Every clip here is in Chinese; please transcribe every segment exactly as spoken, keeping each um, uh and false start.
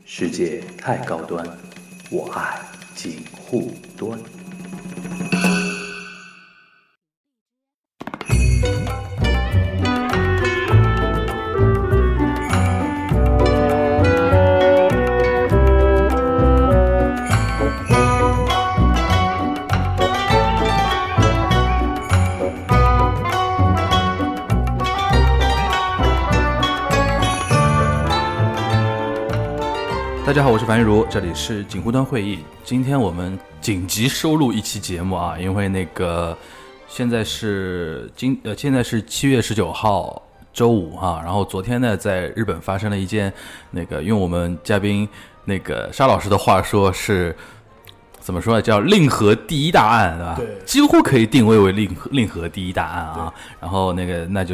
世界太高端，我爱锦护端。 大家好，我是樊玉茹，这里是锦湖端会议。今天我们紧急收录一期节目啊，因为那个现在是今呃现在是七月十九号周五哈、啊，然后昨天呢在日本发生了一件那个用我们嘉宾那个沙老师的话说是怎么说呢，叫令和第一大案，对吧？ 对， 几乎可以定位为令令和第一大案啊。然后那个那就是。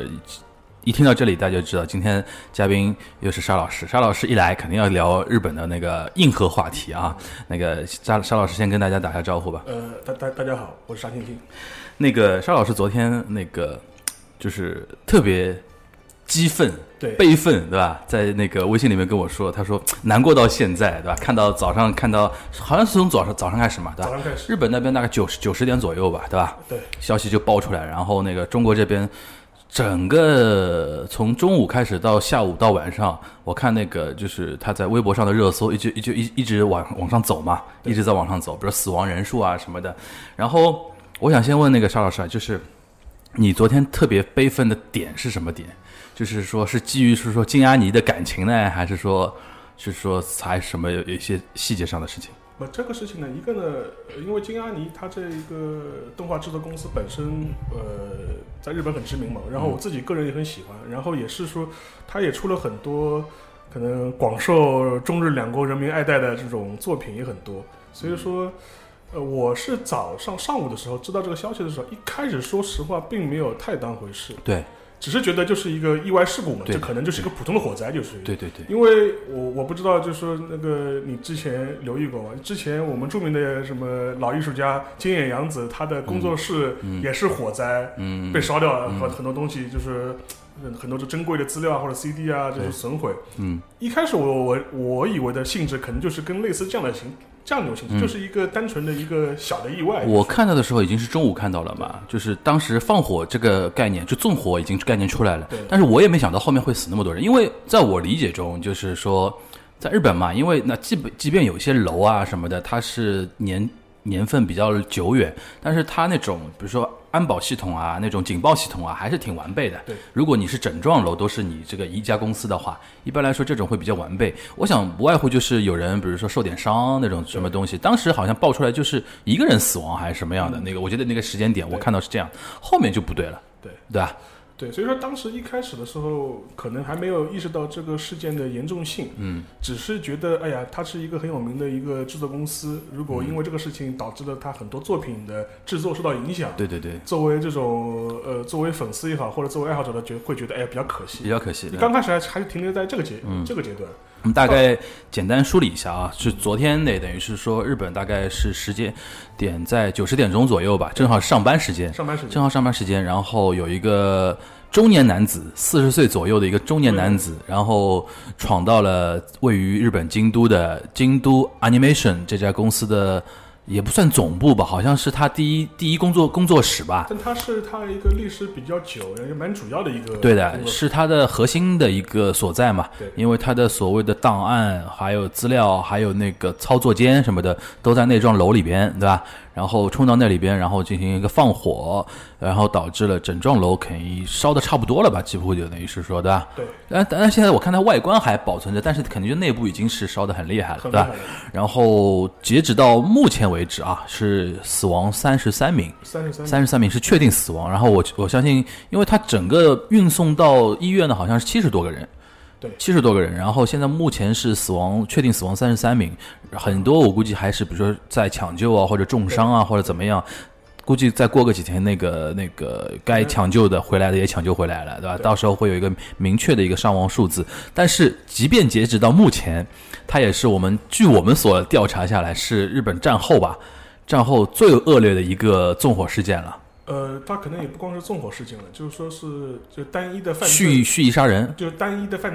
一听到这里，大家就知道今天嘉宾又是沙老师。沙老师一来，肯定要聊日本的那个硬核话题啊。那个沙沙老师先跟大家打下招呼吧。 呃，大大大家好，我是沙青青。 那个沙老师昨天那个就是特别激愤、 对悲愤，对吧？在那个微信里面跟我说，他说难过到现在，对吧？看到早上看到，好像是从早上早上开始嘛，对吧？ 早上开始。 日本那边大概九十九十点左右吧，对吧？ 对。 消息就爆出来，然后那个中国这边。整个从中午开始到下午到晚上，我看那个就是他在微博上的热搜一直一直一一直往往上走嘛，一直在往上走，比如死亡人数啊什么的。然后我想先问那个沙老师啊，就是你昨天特别悲愤的点是什么点？就是说是基于是说金阿尼的感情呢，还是说是说还什么有一些细节上的事情？ 不，这个事情呢，一个呢，因为金阿尼他这一个动画制作公司本身，呃，在日本很知名嘛，然后我自己个人也很喜欢，然后也是说，他也出了很多可能广受中日两国人民爱戴的这种作品也很多，所以说，呃，我是早上上午的时候知道这个消息的时候，一开始说实话并没有太当回事， 对。 只是觉得就是一个意外事故嘛，这可能就是一个普通的火灾，就是对对对。 因为我我不知道，就是说那个你之前留意过吗？之前我们著名的什么老艺术家金野洋子，他的工作室也是火灾，嗯，被烧掉了，嗯、很多东西就是很多珍贵的资料或者 C D 啊，就是损毁。嗯，一开始我我我以为的性质可能就是跟类似这样的形。这样一种形式、嗯、就是一个单纯的一个小的意外。 我看到的时候已经是中午看到了嘛，就是当时放火这个概念，就纵火已经概念出来了。但是我也没想到后面会死那么多人，因为在我理解中，就是说在日本嘛，因为那即即便有些楼啊什么的，它是年年份比较久远，但是它那种比如说安保系统啊，那种警报系统啊，还是挺完备的。 对， 如果你是整幢楼都是你这个一家公司的话，一般来说这种会比较完备。我想不外乎就是有人，比如说受点伤那种什么东西。当时好像爆出来就是一个人死亡还是什么样的，嗯、那个我觉得那个时间点我看到是这样，后面就不对了。 对， 对吧？ 对，所以说当时一开始的时候，可能还没有意识到这个事件的严重性，嗯，只是觉得，哎呀，它是一个很有名的一个制作公司，如果因为这个事情导致了他很多作品的制作受到影响， 对对对， 作为这种呃，作为粉丝也好，或者作为爱好者的觉会觉得，哎呀，比较可惜， 比较可惜。 刚开始还还是停留在这个阶、嗯、这个阶段。 我们大概简单梳理一下啊，是昨天得等于是说日本大概是时间点在九十点钟左右吧，正好上班时间， 上班时间， 正好上班时间，然后有一个中年男子，四十岁左右的一个中年男子，然后闯到了位于日本京都的京都 Animation 这家公司的。也不算总部吧，好像是他第一第一工作工作室吧。 但他是他一个历史比较久，也蛮主要的一个。 对的，是他的核心的一个所在嘛。 对， 因为他的所谓的档案、还有资料、还有那个操作间什么的，都在那幢楼里边，对吧？然后冲到那里边，然后进行一个放火，然后导致了整幢楼肯定烧的差不多了吧，几乎就等于是说，对吧？ 对。 但但现在我看它外观还保存着，但是肯定就内部已经是烧的很厉害了，对吧？然后截止到目前为止啊，是死亡三十三名， 三十三三十三名是确定死亡。然后我我相信，因为它整个运送到医院的好像是七十多个人。 对， 七十多个人，然后现在目前是死亡确定死亡三十三名，很多我估计还是比如说在抢救啊，或者重伤啊，或者怎么样，估计再过个几天，那个那个该抢救的回来的也抢救回来了，对吧？对，到时候会有一个明确的一个伤亡数字。但是即便截止到目前，它也是我们据我们所调查下来，是日本战后吧，战后最恶劣的一个纵火事件了。 呃，他可能也不光是纵火事件了，就是说是就单一的犯罪， 蓄蓄意杀人， 就是单一的犯罪，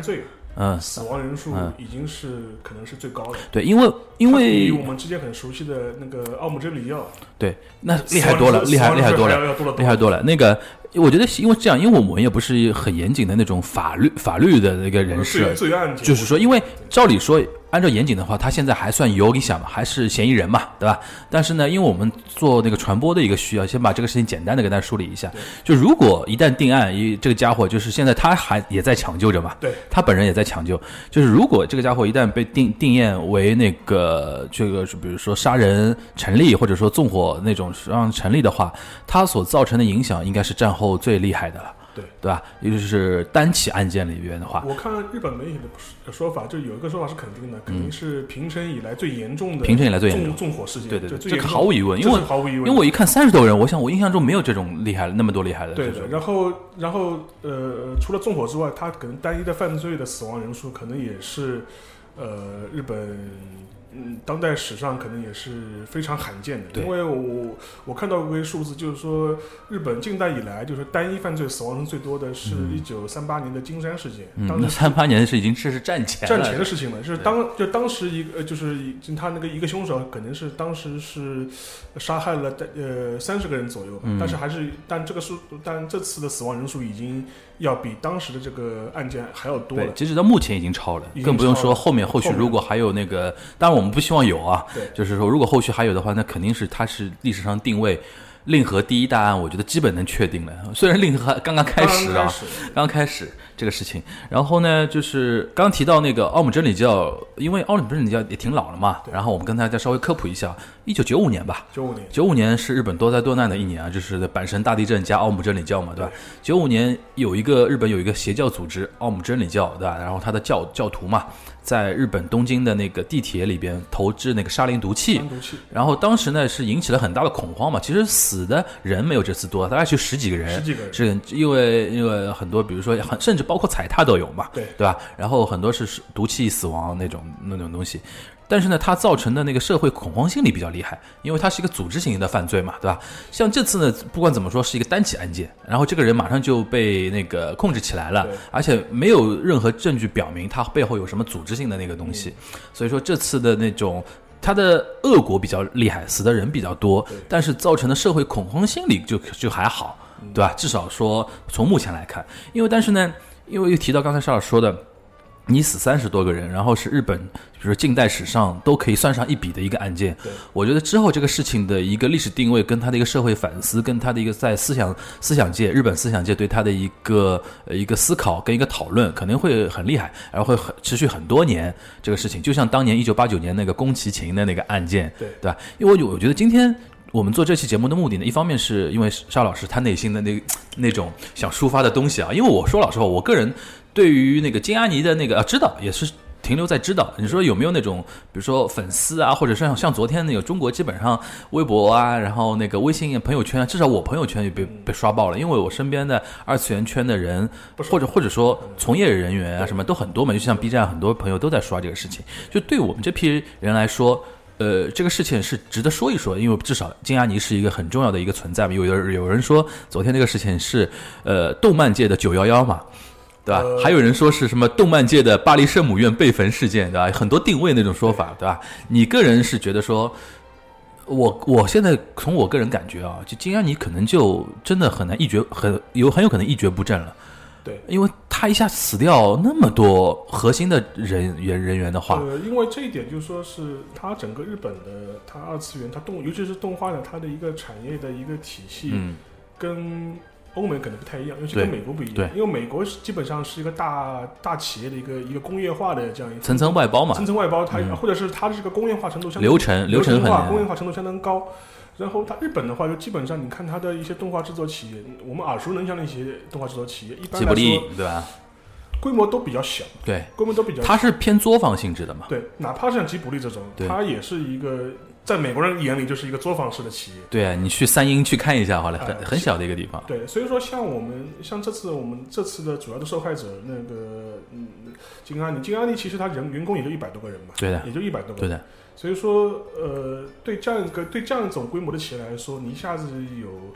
嗯， 死亡人数已经是可能是最高的。 对，因为因为比我们之前很熟悉的那个奥姆真理教， 对，那厉害多了，厉害厉害多了，厉害多了。那个，我觉得因为这样，因为我们也不是很严谨的那种法律法律的那个人士， 罪案就是说，因为照理说。按照严谨的话，他现在还算有理想嘛，还是嫌疑人嘛，对吧？但是呢，因为我们做那个传播的一个需要，先把这个事情简单的给大家梳理一下。就如果一旦定案，一这个家伙就是现在他还也在抢救着嘛， 对， 他本人也在抢救。就是如果这个家伙一旦被定定验为那个这个，比如说杀人成立，或者说纵火那种让成立的话，他所造成的影响应该是战后最厉害的了。 对对吧？也就是单起案件里边的话， 我看日本媒体的说法，就有一个说法是肯定的，肯定是平成以来最严重的， 平成以来最严重纵火事件。 对对对， 这个毫无疑问，因为毫无疑问， 因为我一看三十多人，我想我印象中没有这种厉害的那么多厉害的。 对的，然后然后呃，除了纵火之外，他可能单一的犯罪的死亡人数可能也是呃日本。嗯，当代史上可能也是非常罕见的，因为我我看到过一个数字，就是说日本近代以来，就是单一犯罪死亡人数最多的是一九三八年的金山事件。 嗯、 当时三八年是已经是是战前战前的事情了，就是当就当时一个就是他那个一个凶手可能是当时是杀害了呃三十个人左右吧， 嗯、 但是还是但这个数但这次的死亡人数已经要比当时的这个案件还要多了。 对，截止到目前已经超了， 超了更不用说后面后续如果还有那个，当然我们不希望有啊， 对， 就是说如果后续还有的话，那肯定是它是历史上定位令和第一大案，我觉得基本能确定了。虽然令和刚刚开始啊，刚刚开始这个事情。然后呢，就是刚提到那个奥姆真理教，因为奥姆真理教也挺老了嘛，然后我们跟大家稍微科普一下，一九九五年吧， 九五年， 九五年是日本多灾多难的一年啊，就是阪神大地震加奥姆真理教嘛，对吧？九五年有一个日本有一个邪教组织奥姆真理教，对吧？然后他的教教徒嘛。在日本东京的那个地铁里边投掷那个沙林毒气，然后当时呢是引起了很大的恐慌嘛。其实死的人没有这次多，大概就十几个人， 十几个人， 是因为因为很多，比如说很甚至包括踩踏都有嘛， 对对吧？然后很多是毒气死亡那种那种东西。但是呢，它造成的那个社会恐慌心理比较厉害，因为它是一个组织型的犯罪嘛，对吧？像这次呢，不管怎么说是一个单起案件，然后这个人马上就被那个控制起来了，而且没有任何证据表明他背后有什么组织性的那个东西，嗯、所以说这次的那种他的恶果比较厉害，死的人比较多，但是造成的社会恐慌心理就就还好，对吧？至少说从目前来看，因为但是呢，因为又提到刚才邵老师说的。你死三十多个人，然后是日本，比如说近代史上都可以算上一笔的一个案件。我觉得之后这个事情的一个历史定位，跟他的一个社会反思，跟他的一个在思想思想界，日本思想界对他的一个呃一个思考跟一个讨论，可能会很厉害，然后会很持续很多年。这个事情就像当年一九八九年那个宫崎勤的那个案件， 对对吧？因为我觉得今天。我们做这期节目的目的呢，一方面是因为沙老师他内心的那那种想抒发的东西啊，因为我说老实话，我个人对于那个金阿尼的那个啊知道也是停留在知道。你说有没有那种比如说粉丝啊，或者像像昨天那个中国基本上微博啊，然后那个微信朋友圈啊，至少我朋友圈也被被刷爆了，因为我身边的二次元圈的人或者或者说从业人员啊什么都很多嘛，就像 B 站很多朋友都在刷这个事情，就对我们这批人来说。呃，这个事情是值得说一说，因为至少金阿尼是一个很重要的一个存在嘛。有有人说昨天这个事情是呃动漫界的九一一嘛，对吧？呃、还有人说是什么动漫界的巴黎圣母院被焚事件，对吧？很多定位那种说法，对吧？你个人是觉得说，我我现在从我个人感觉啊，就金阿尼可能就真的很难一蹶，很有很有可能一蹶不振了。 对， 因为他一下死掉那么多核心的人员人员的话， 呃，因为这一点就是说是他整个日本的他二次元，他动尤其是动画的它的一个产业的一个体系，嗯，跟欧美可能不太一样，尤其跟美国不一样，因为美国基本上是一个大大企业的一个一个工业化的这样一个层层外包嘛， 层层外包，它、嗯、或者是它的这个工业化程度相流程流程化工业化程度相当高。然后它日本的话，就基本上你看它的一些动画制作企业，我们耳熟能详的一些动画制作企业，一般来说，吉卜力对吧？ 规模都比较小， 对， 规模都比较小。 它是偏作坊性质的嘛？ 对，哪怕是像吉卜力这种，它也是一个在美国人眼里就是一个作坊式的企业。 对啊，你去三鹰去看一下好了，很、呃、很小的一个地方。 对，所以说像我们像这次我们这次的主要的受害者那个嗯金阿尼，金阿尼其实他人员工也就一百多个人嘛， 对的， 也就一百多个人，对的。 所以说，呃，对这样一个对这样一种规模的企业来说，你一下子有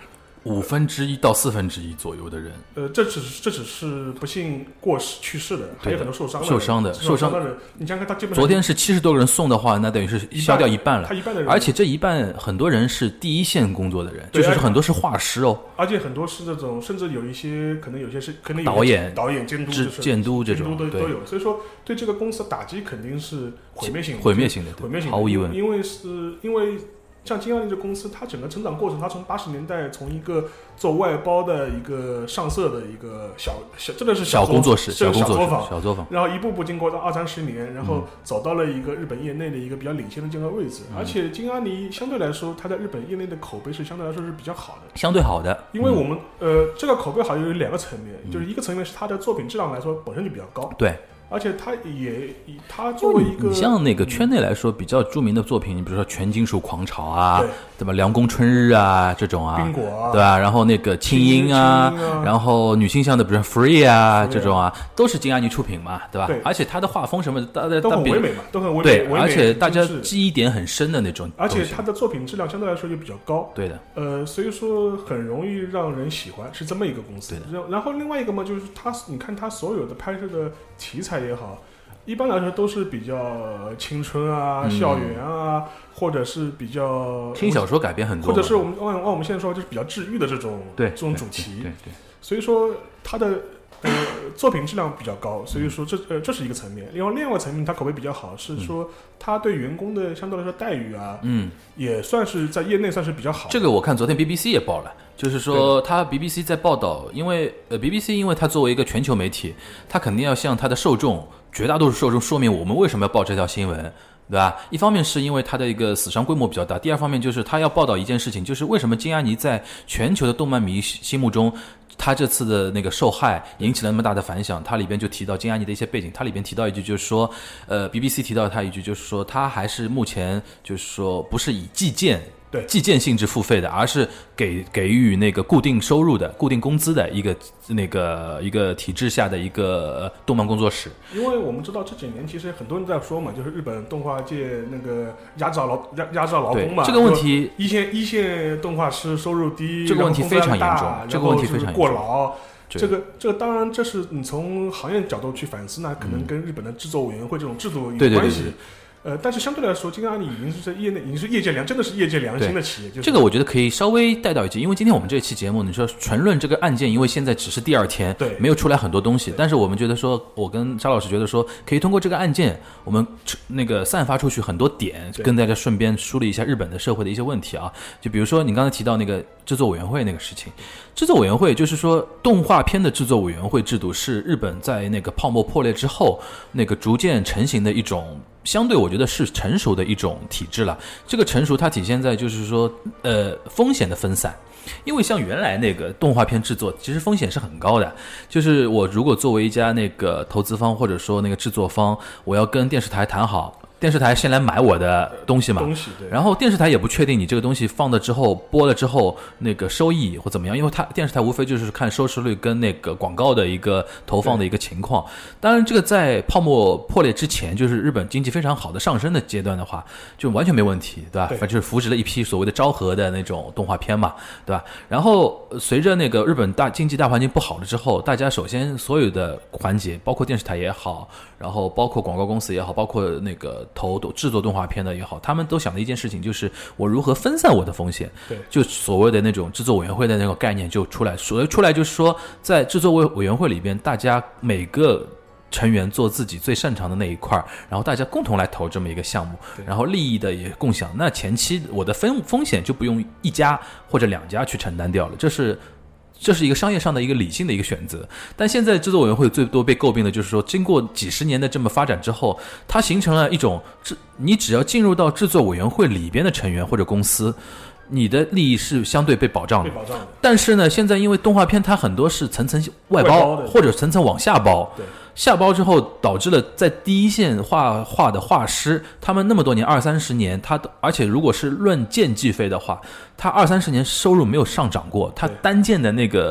五分之一到四分之一左右的人。 呃，这只是这只是不幸过世去世的，还有很多受伤的受伤的受伤的人。你想想看，他基本上昨天是七十多个人送的话，那等于是消掉一半了。 他一半的人， 而且这一半很多人是第一线工作的人，就是很多是画师哦， 而且很多是这种，甚至有一些可能有些是可能有导演、 导演监督、就是、 监督这种都都有。所以说，对这个公司打击肯定是毁灭性的， 毁灭性的， 毁灭性的， 毫无疑问。 因为是因为。像金安利这公司，它整个成长过程，它从八十年代从一个做外包的一个上色的一个小小，真的是小工作室、小工作作坊、 小作坊， 然后一步步经过到二三十年，然后走到了一个日本业内的一个比较领先的这个位置。嗯、而且金安利相对来说，它在日本业内的口碑是相对来说是比较好的， 相对好的。 因为我们、嗯、呃，这个口碑好有两个层面，嗯、就是一个层面是它的作品质量来说本身就比较高， 对。 而且他也以他作为一个， 你像那个圈内来说比较著名的作品，你比如说《全金属狂潮》啊，对, 对吧？《凉宫春日》啊，这种啊， 冰果啊， 对吧？然后那个青音啊， 啊然后女性向的，比如说 Free 啊， Free 这种啊，都是金阿尼出品嘛，对吧？ 对， 而且他的画风什么的，大家都很唯美嘛，都很唯美， 对， 唯美而且大家记忆点很深的那种， 而且他的作品质量相对来说就比较高， 对的， 呃，所以说很容易让人喜欢，是这么一个公司。 对的。 然后另外一个嘛，就是他，你看他所有的拍摄的题材也好。一般来说都是比较青春啊、嗯、校园啊，或者是比较轻小说改编很多， 或者是我们按按我们现在说就是比较治愈的这种对这种主题。 对 对, 对, 对， 所以说它的呃作品质量比较高，所以说这呃这是一个层面。另外另外一个层面，它口碑比较好，是说它对员工的相对来说待遇啊，嗯，也算是在业内算是比较好。 这个我看昨天 B B C 也报了。就是说，他 B B C 在报道，因为呃 B B C 因为它作为一个全球媒体，它肯定要向它的受众，绝大多数受众说明我们为什么要报这条新闻，对吧？一方面是因为它的一个死伤规模比较大，第二方面就是他要报道一件事情，就是为什么金阿尼在全球的动漫迷心目中，他这次的那个受害引起了那么大的反响。他里边就提到金阿尼的一些背景，他里边提到一句就是说，呃 B B C 提到他一句就是说，他还是目前就是说不是以计件。 对， 计件性质付费的，而是给给予那个固定收入的、固定工资的一个那个一个体制下的一个动漫工作室。 因为我们知道这几年其实很多人在说嘛，就是日本动画界那个压榨劳压压榨劳工嘛。 这个问题， 一线一线动画师收入低， 这个问题非常严重，这个问题非常严重。 过劳，这个这个当然这是你从行业角度去反思呢，可能跟日本的制作委员会这种制度有关系。 对对对对。 呃，但是相对来说，金阿尼已经是在业内，已经是业界良，真的是业界良心的企业。就是、 这个我觉得可以稍微带到一句，因为今天我们这期节目，你说纯论这个案件，因为现在只是第二天， 对， 没有出来很多东西，但是我们觉得说，我跟沙老师觉得说，可以通过这个案件，我们那个散发出去很多点，跟大家顺便梳理一下日本的社会的一些问题啊。就比如说你刚才提到那个制作委员会那个事情，制作委员会就是说动画片的制作委员会制度是日本在那个泡沫破裂之后那个逐渐成型的一种。相对我觉得是成熟的一种体制了。这个成熟它体现在就是说呃风险的分散。因为像原来那个动画片制作其实风险是很高的，就是我如果作为一家那个投资方或者说那个制作方，我要跟电视台谈好，电视台先来买我的东西嘛， 东西对， 然后电视台也不确定你这个东西放了之后播了之后那个收益或怎么样，因为它电视台无非就是看收视率跟那个广告的一个投放的一个情况。当然这个在泡沫破裂之前，就是日本经济非常好的上升的阶段的话，就完全没问题，对吧？反正就是扶植了一批所谓的昭和的那种动画片嘛，对吧？然后随着那个日本大经济大环境不好了之后，大家首先所有的环节，包括电视台也好，然后包括广告公司也好，包括那个投制作动画片的也好，他们都想的一件事情就是我如何分散我的风险。 对， 就所谓的那种制作委员会的那个概念就出来，所谓出来就是说，在制作委委员会里边，大家每个成员做自己最擅长的那一块，然后大家共同来投这么一个项目，然后利益的也共享。那前期我的风风险就不用一家或者两家去承担掉了，这是。这是一个商业上的一个理性的一个选择，但现在制作委员会最多被诟病的就是说，经过几十年的这么发展之后，它形成了一种，你只要进入到制作委员会里边的成员或者公司，你的利益是相对被保障的。 被保障的。 但是呢，现在因为动画片它很多是层层外包，或者层层往下包。 对。 下包之后导致了在第一线画画的画师，他们那么多年二三十年，他而且如果是论件计费的话，他二三十年收入没有上涨过，他单件的那个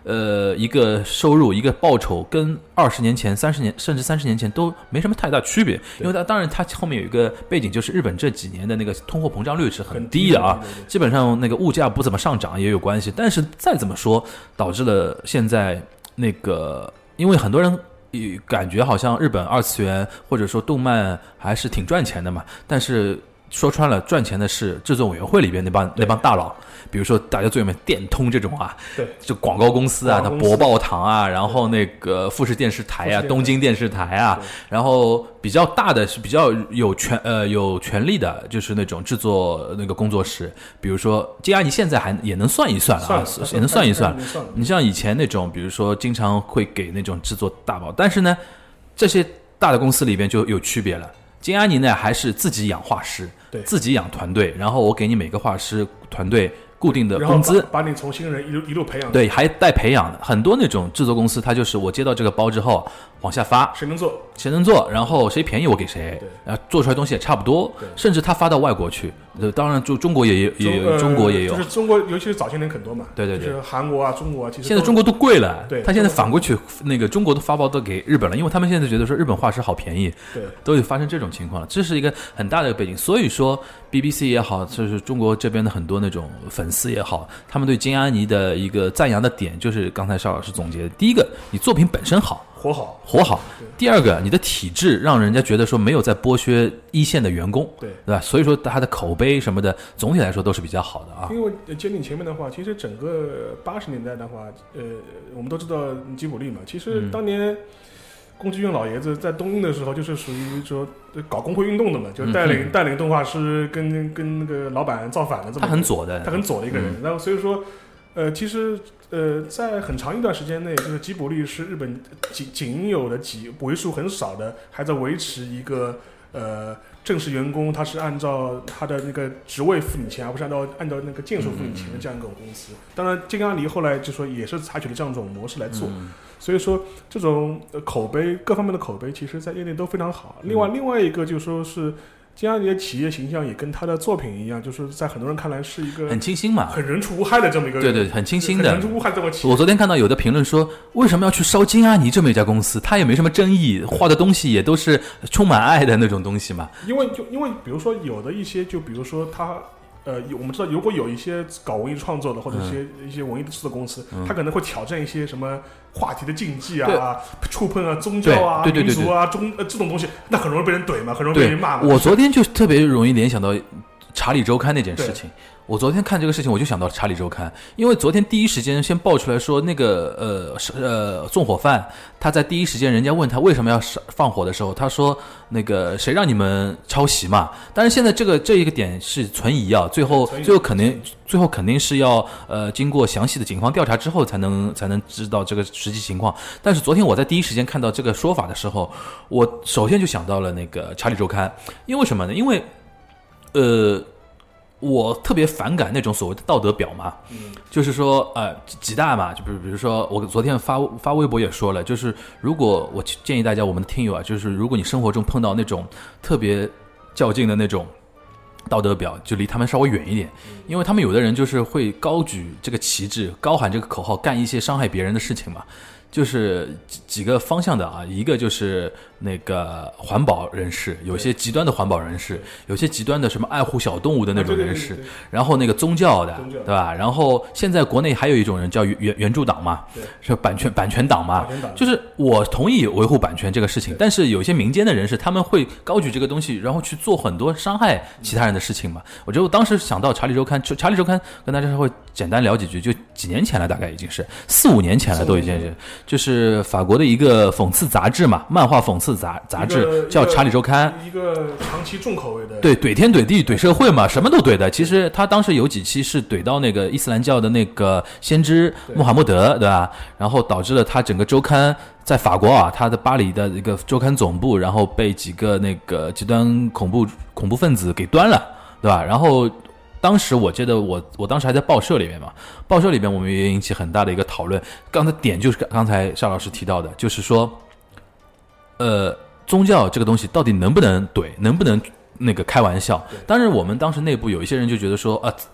呃一个收入一个报酬跟二十年前、三十年甚至三十年前都没什么太大区别，因为它当然它后面有一个背景，就是日本这几年的那个通货膨胀率是很低的啊， 对对对， 基本上那个物价不怎么上涨也有关系，但是再怎么说，导致了现在那个，因为很多人感觉好像日本二次元或者说动漫还是挺赚钱的嘛，但是说穿了，赚钱的是制作委员会里边那帮那帮大佬，比如说大家最有名电通这种啊， 对， 就广告公司啊，它广告公司博报堂啊，然后那个富士电视台啊，东京电视台啊，然后比较大的是比较有权呃有权力的，就是那种制作那个工作室，比如说金阿尼现在还也能算一算了啊，也能算一算。你像以前那种，比如说经常会给那种制作大宝，但是呢，这些大的公司里边就有区别了。金阿尼呢，还是自己养画师，自己养团队，然后我给你每个画师团队固定的工资， 把, 把你从新人一路一路培养， 对，还带培养的。很多那种制作公司，它就是我接到这个包之后往下发， 谁能做谁能做，然后谁便宜我给谁，然后做出来东西也差不多，甚至他发到外国去。当然，就中国也有，也有、呃、中国也有， 就是中国，尤其是早些年很多嘛， 对对对， 就是韩国啊、中国啊，其实现在中国都贵了， 对， 他现在反过去那个中国的发包都给日本了，因为他们现在觉得说日本画师好便宜， 对， 都有发生这种情况了，这是一个很大的背景。所以说 B B C 也好，就是中国这边的很多那种粉丝也好，他们对金阿尼的一个赞扬的点，就是刚才邵老师总结的，第一个，你作品本身好。 活好， 活好。第二个，你的体制让人家觉得说没有在剥削一线的员工， 对对吧？所以说他的口碑什么的，总体来说都是比较好的啊。 因为接你前面的话，其实整个八十年代的话，呃，我们都知道吉卜力嘛，其实当年宫崎骏老爷子在东映的时候，就是属于说搞工会运动的嘛，就带领、嗯、带领动画师跟跟那个老板造反的这么， 他很左的， 他很左的一个人。然后、嗯、所以说，呃，其实。呃，在很长一段时间内，就是吉卜力是日本仅仅有的几为数很少的还在维持一个呃正式员工，他是按照他的那个职位付你钱，而不是按照按照那个件数付你钱的这样一种公司。当然，金刚离后来就说也是采取了这样一种模式来做，嗯、所以说这种口碑各方面的口碑，其实在业内都非常好。另外，另外一个就说是。金阿尼的企业形象也跟他的作品一样，就是在很多人看来是一个很清新嘛， 很人畜无害的这么一个， 对对，很清新的， 很人畜无害这么企业。 我昨天看到有的评论说，为什么要去烧金阿尼这么一家公司？他也没什么争议，画的东西也都是充满爱的那种东西嘛。 因为就因为比如说有的一些，就比如说他。呃，我们知道，如果有一些搞文艺创作的，或者一些、嗯、一些文艺制作公司，嗯、他可能会挑战一些什么话题的禁忌啊、触碰啊、宗教啊、 对对对对对民族啊、中呃这种东西，那很容易被人怼嘛，很容易被人骂嘛。 我昨天就特别容易联想到《查理周刊》那件事情。我昨天看这个事情，我就想到《查理周刊》，因为昨天第一时间先爆出来说，那个呃呃纵火犯，他在第一时间人家问他为什么要放火的时候，他说那个谁让你们抄袭嘛？但是现在这个这一个点是存疑啊，最后最后肯定最后肯定是要呃经过详细的警方调查之后才能才能知道这个实际情况。但是昨天我在第一时间看到这个说法的时候，我首先就想到了那个《查理周刊》，因为什么呢？因为呃。我特别反感那种所谓的道德表嘛，嗯、就是说，呃，几大嘛，就比如比如说，我昨天发发微博也说了，就是如果我建议大家，我们的听友啊，就是如果你生活中碰到那种特别较劲的那种道德表，就离他们稍微远一点，因为他们有的人就是会高举这个旗帜，高喊这个口号，干一些伤害别人的事情嘛。就是几个方向的啊，一个就是那个环保人士，有些极端的环保人士，有些极端的什么爱护小动物的那种人士，然后那个宗教的，对吧？然后现在国内还有一种人叫原原著党嘛，是版权版权党嘛，就是我同意维护版权这个事情，但是有些民间的人士他们会高举这个东西，然后去做很多伤害其他人的事情嘛。我觉得我当时想到《查理周刊》，《查理周刊》跟大家稍微简单聊几句，就几年前了，大概已经是四五年前了，都已经是。就是法国的一个讽刺杂志嘛，漫画讽刺杂杂志叫《查理周刊》， 一个长期重口味的， 对，怼天怼地怼社会嘛，什么都怼的。其实他当时有几期是怼到那个伊斯兰教的那个先知穆罕默德，对吧？然后导致了他整个周刊在法国啊，他的巴黎的一个周刊总部，然后被几个那个极端恐怖恐怖分子给端了，对吧？然后。当时我记得我我当时还在报社里面嘛，报社里面我们也引起很大的一个讨论。刚才点就是刚才邵老师提到的，就是说，呃，宗教这个东西到底能不能怼，能不能那个开玩笑？当然，我们当时内部有一些人就觉得说啊，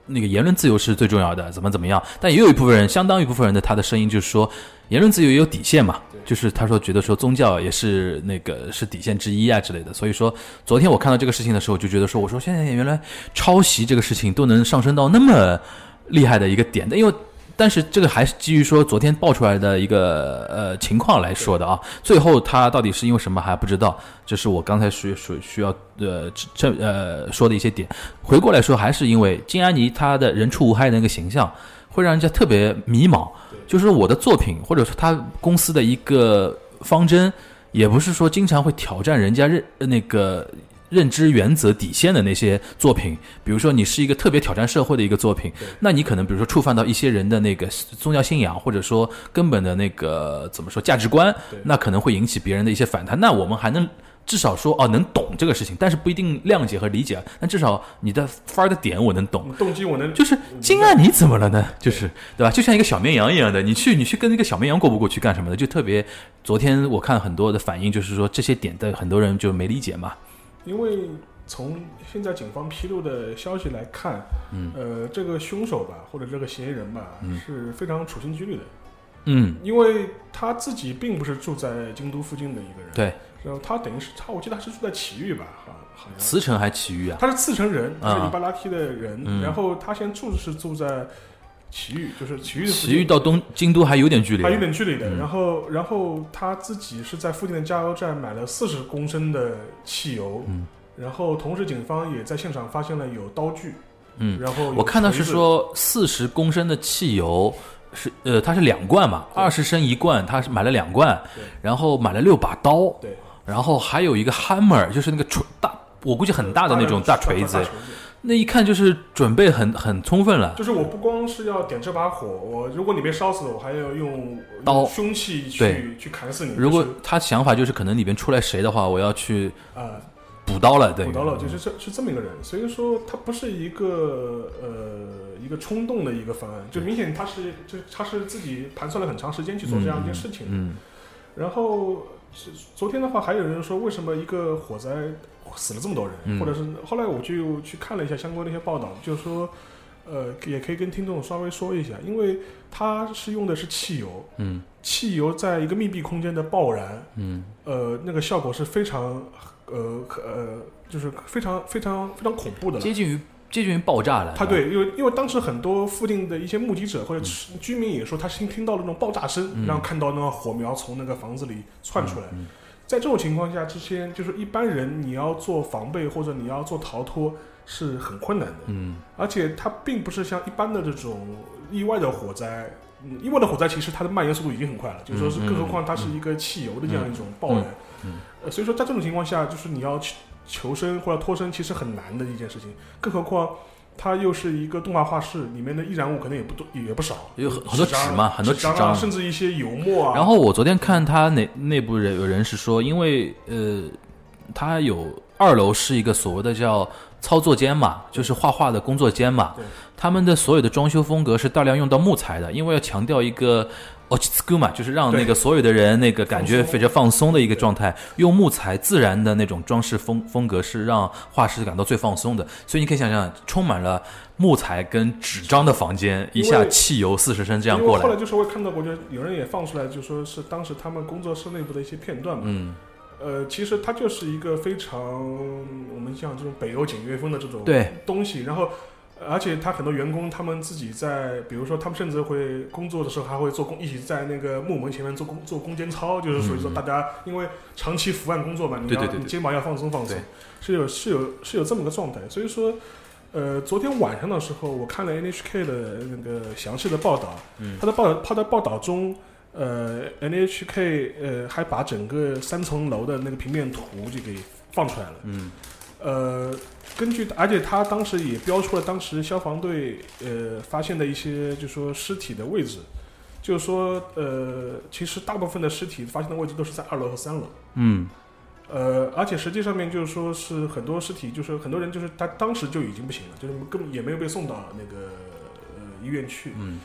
那个言论自由是最重要的，怎么怎么样。但也有一部分人，相当一部分人的他的声音就是说，言论自由也有底线嘛，就是他说觉得说宗教也是那个是底线之一啊之类的。所以说，昨天我看到这个事情的时候，就觉得说，我说现在原来抄袭这个事情都能上升到那么厉害的一个点的，因为。但是这个还是基于说昨天爆出来的一个呃情况来说的啊，最后他到底是因为什么还不知道，这是我刚才需需需要呃这呃说的一些点。回过来说，还是因为金安妮她的人畜无害的那个形象，会让人家特别迷茫。就是说我的作品或者说他公司的一个方针，也不是说经常会挑战人家认那个。认知原则底线的那些作品，比如说你是一个特别挑战社会的一个作品，那你可能比如说触犯到一些人的那个宗教信仰，或者说根本的那个怎么说价值观，那可能会引起别人的一些反弹。那我们还能至少说哦能懂这个事情，但是不一定谅解和理解，但至少你的发的点我能懂， 动机我能， 就是金安妮怎么了呢？就是对吧？就像一个小绵羊一样的，你去你去跟那个小绵羊过不过去干什么的？就特别昨天我看很多的反应，就是说这些点的很多人就没理解嘛。 因为从现在警方披露的消息来看，嗯，呃，这个凶手吧，或者这个嫌疑人吧，嗯、是非常处心积虑的， 嗯， 因为他自己并不是住在京都附近的一个人， 对， 然后他等于是他，我记得他是住在埼玉吧，好像茨城还埼玉啊， 他是茨城人，他是伊巴拉提的人， 嗯、 然后他现在住是住在埼玉，就是埼玉的附近， 埼玉到东京都还有点距离， 还有点距离的。 嗯、 然后，然后他自己是在附近的加油站买了四十公升的汽油，嗯，然后同时警方也在现场发现了有刀具， 嗯， 然后我看到是说四十公升的汽油是呃，它是两罐嘛，二十升一罐，他是买了两罐，然后买了六把刀， 对， 然后还有一个 hammer， 就是那个锤大，我估计很大的那种大锤子。那一看就是准备很很充分了， 就是我不光是要点这把火，我如果你被烧死了，我还要用刀用凶器去去砍死你。 如果他想法就是可能里边出来谁的话，我要去啊补刀了，对， 补刀了，就是这是这么一个人。所以说他不是一个呃一个冲动的一个方案，就明显他是就他是自己盘算了很长时间去做这样一件事情。 嗯，嗯然后昨天的话，还有人说为什么一个火灾死了这么多人， 嗯、 或者是后来我就去看了一下相关的一些报道，就是说，呃，也可以跟听众稍微说一下，因为它是用的是汽油， 嗯， 汽油在一个密闭空间的爆燃， 嗯， 呃，那个效果是非常，呃呃，就是非常非常非常恐怖的了， 接近于接近于爆炸了。 他对，因为因为当时很多附近的一些目击者或者居民也说，他听听到了那种爆炸声， 嗯、 然后看到那种火苗从那个房子里窜出来。 嗯嗯在这种情况下，之前就是一般人你要做防备或者你要做逃脱是很困难的， 嗯， 而且它并不是像一般的这种意外的火灾，嗯，意外的火灾其实它的蔓延速度已经很快了，就是说是更何况它是一个汽油的这样一种爆燃， 嗯，嗯呃，所以说在这种情况下，就是你要求生或者脱身其实很难的一件事情，更何况。它又是一个动画画室，里面的易燃物可能也不多，也不少， 有很多纸嘛，很多纸张， 甚至一些油墨啊。 然后我昨天看他内内部人有人是说，因为呃，他有二楼是一个所谓的叫操作间嘛，就是画画的工作间嘛，他们的所有的装修风格是大量用到木材的，因为要强调一个。哦，嘛，就是让那个所有的人那个感觉非常放松的一个状态，用木材自然的那种装饰风风格是让画师感到最放松的。所以你可以想想，充满了木材跟纸张的房间，一下汽油四十升这样过来。 后来就是我也看到过，就有人也放出来，就说是当时他们工作室内部的一些片段嘛。 嗯。 呃，其实它就是一个非常我们像这种北欧简约风的这种东西，然后。而且他很多员工，他们自己在，比如说他们甚至会工作的时候还会做工，一起在那个木门前面做工做攻坚操，就是属于说大家因为长期伏案工作嘛，你要你肩膀要放松放松，是有是有是有这么个状态。所以说，呃，昨天晚上的时候，我看了 N H K 的那个详细的报道，嗯，他的报道他的报道中，呃 ，N H K 呃还把整个三层楼的那个平面图就给放出来了， 嗯， 呃。根据，而且他当时也标出了当时消防队呃发现的一些，就是说尸体的位置，就是说呃，其实大部分的尸体发现的位置都是在二楼和三楼。 嗯， 呃，而且实际上面就是说是很多尸体，就是很多人就是他当时就已经不行了，就是根本也没有被送到那个呃医院去。 嗯，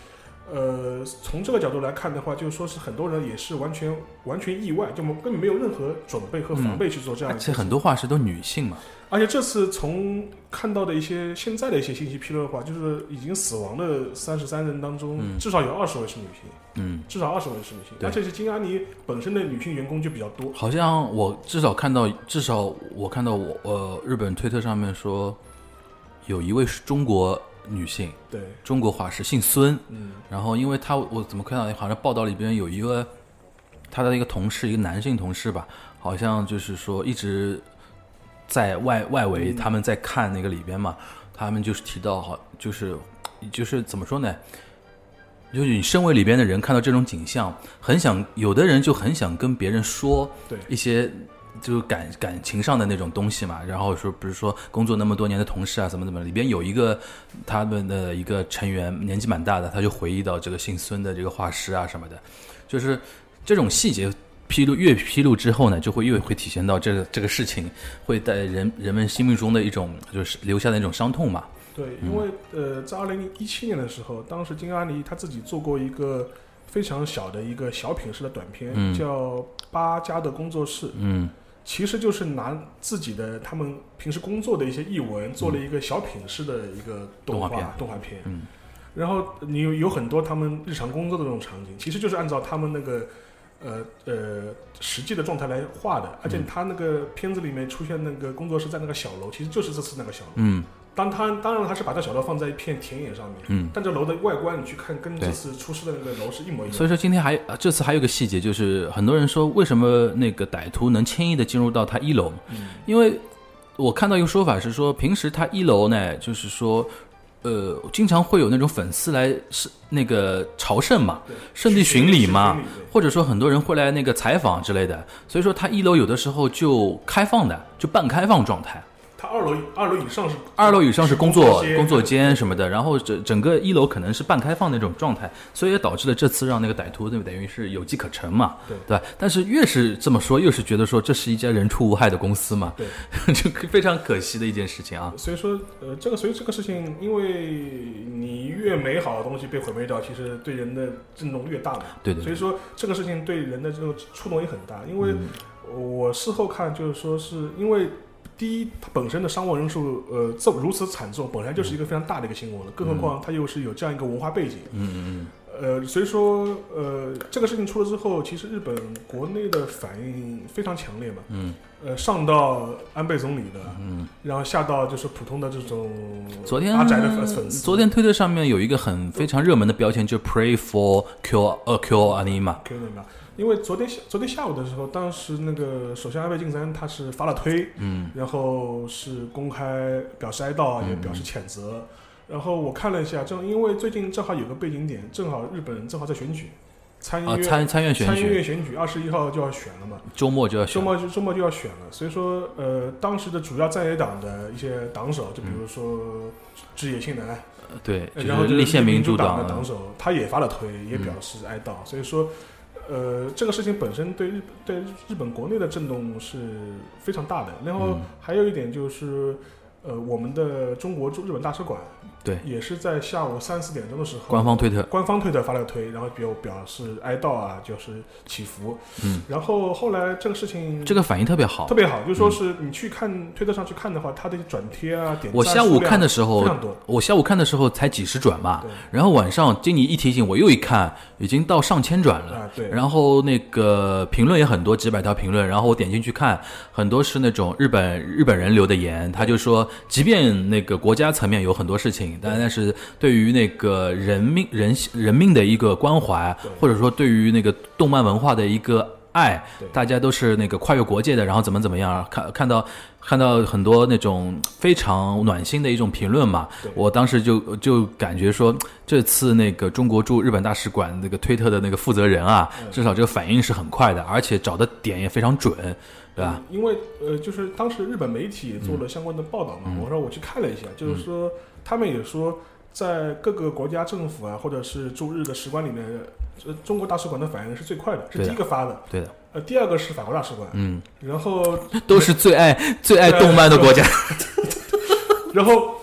呃，从这个角度来看的话，就是说是很多人也是完全完全意外，就根本没有任何准备和防备去做这样的、嗯。 而且很多画师都女性嘛。 而且这次从看到的一些现在的一些信息披露的话，就是已经死亡的三十三人当中，嗯、至少有二十位是女性。 嗯， 至少二十位是女性，而且是金阿尼本身的女性员工就比较多。 好像我至少看到，至少我看到我呃日本推特上面说，有一位是中国女性， 对， 中国画师姓孙， 嗯， 然后因为她我怎么看到好像报道里边有一个她的一个同事，一个男性同事吧，好像就是说一直在外外围，他们在看那个里边嘛，嗯、他们就是提到好就是就是怎么说呢？就是你身为里边的人看到这种景象，很想有的人就很想跟别人说一些就是感感情上的那种东西嘛，然后说比如说工作那么多年的同事啊怎么怎么，里边有一个他们的一个成员年纪蛮大的，他就回忆到这个姓孙的这个画师啊什么的，就是这种细节披露越披露之后呢，就会越会体现到这个这个事情会在人人们心目中的一种就是留下的那种伤痛嘛。 对，因为、嗯、呃，在二零一七年的时候，当时金阿尼他自己做过一个非常小的一个小品式的短片，嗯、叫八家的工作室。嗯，其实就是拿自己的他们平时工作的一些译文做了一个小品式的一个动画、嗯、动画片。动画片嗯，然后你有有很多他们日常工作的这种场景，其实就是按照他们那个呃呃实际的状态来画的，而且他那个片子里面出现那个工作室在那个小楼，其实就是这次那个小楼。嗯。当他当然他是把这小楼放在一片田野上面，嗯，但这楼的外观你去看，跟这次出事的那个楼是一模一样。 所以说今天还这次还有个细节，就是很多人说为什么那个歹徒能轻易的进入到他一楼，嗯，因为我看到一个说法是说，平时他一楼呢，就是说，呃，经常会有那种粉丝来是那个朝圣嘛，圣地巡礼嘛，或者说很多人会来那个采访之类的，所以说他一楼有的时候就开放的，就半开放状态。 它二楼二楼以上是二楼以上是工作工作间什么的，然后整整个一楼可能是半开放那种状态，所以也导致了这次让那个歹徒对等于是有机可乘嘛， 对对吧？但是越是这么说，越是觉得说这是一家人畜无害的公司嘛， 对， 就非常可惜的一件事情啊。 所以说，呃，这个所以这个事情，因为你越美好的东西被毁灭掉，其实对人的震动越大嘛， 对 对, 对。 所以说这个事情对人的这个触动也很大，因为我事后看就是说是因为。第一，它本身的伤亡人数，呃，这如此惨重，本来就是一个非常大的一个新闻了，更何况它又是有这样一个文化背景，嗯嗯嗯，呃，所以说，呃，这个事情出了之后，其实日本国内的反应非常强烈嘛，嗯，呃，上到安倍总理的，嗯，然后下到就是普通的这种昨天阿宅的粉丝， 昨天推特上面有一个很非常热门的标签，就 Pray for Q 呃 Q Anima Q Anima。因为昨天昨天下午的时候，当时那个首相安倍晋三他是发了推，嗯，然后是公开表示哀悼，也表示谴责。嗯、然后我看了一下，正因为最近正好有个背景点，正好日本正好在选举，参议院、 啊、参参院选举， 参议院选举二十一号就要选了嘛， 周末就要选， 周末就周末就要选了。所以说，呃，当时的主要在野党的一些党首，就比如说枝野幸男， 嗯、对， 然后立宪民主党的党首，他也发了推，也表示哀悼。嗯、所以说。呃，这个事情本身对日对日本国内的震动是非常大的。然后还有一点就是，呃，我们的中国驻日本大使馆对也是在下午三四点钟的时候， 官方推特官方推特发了个推，然后表表示哀悼啊，就是祈福。嗯，然后后来这个事情这个反应特别好， 特别好，就说是你去看推特上去看的话，它的转贴啊、点赞我下午看的时候非常多， 我下午看的时候才几十转嘛，然后晚上经你一提醒，我又一看，已经到上千转了。 啊、对， 然后那个评论也很多，几百条评论，然后我点进去看，很多是那种日本日本人留的言，他就说，即便那个国家层面有很多事情，但但是对于那个人命人人命的一个关怀，或者说对于那个动漫文化的一个爱，大家都是那个跨越国界的，然后怎么怎么样，看看到看到很多那种非常暖心的一种评论嘛，我当时就就感觉说，这次那个中国驻日本大使馆那个推特的那个负责人啊，至少这个反应是很快的，而且找的点也非常准。对吧？ 因为呃，就是当时日本媒体也做了相关的报道嘛，嗯、我说我去看了一下，嗯、就是说他们也说，在各个国家政府啊，或者是驻日的使馆里面，呃，中国大使馆的反应是最快的，是第一个发的。 对的。 呃，第二个是法国大使馆，嗯，然后都是最爱最爱动漫的国家。 然后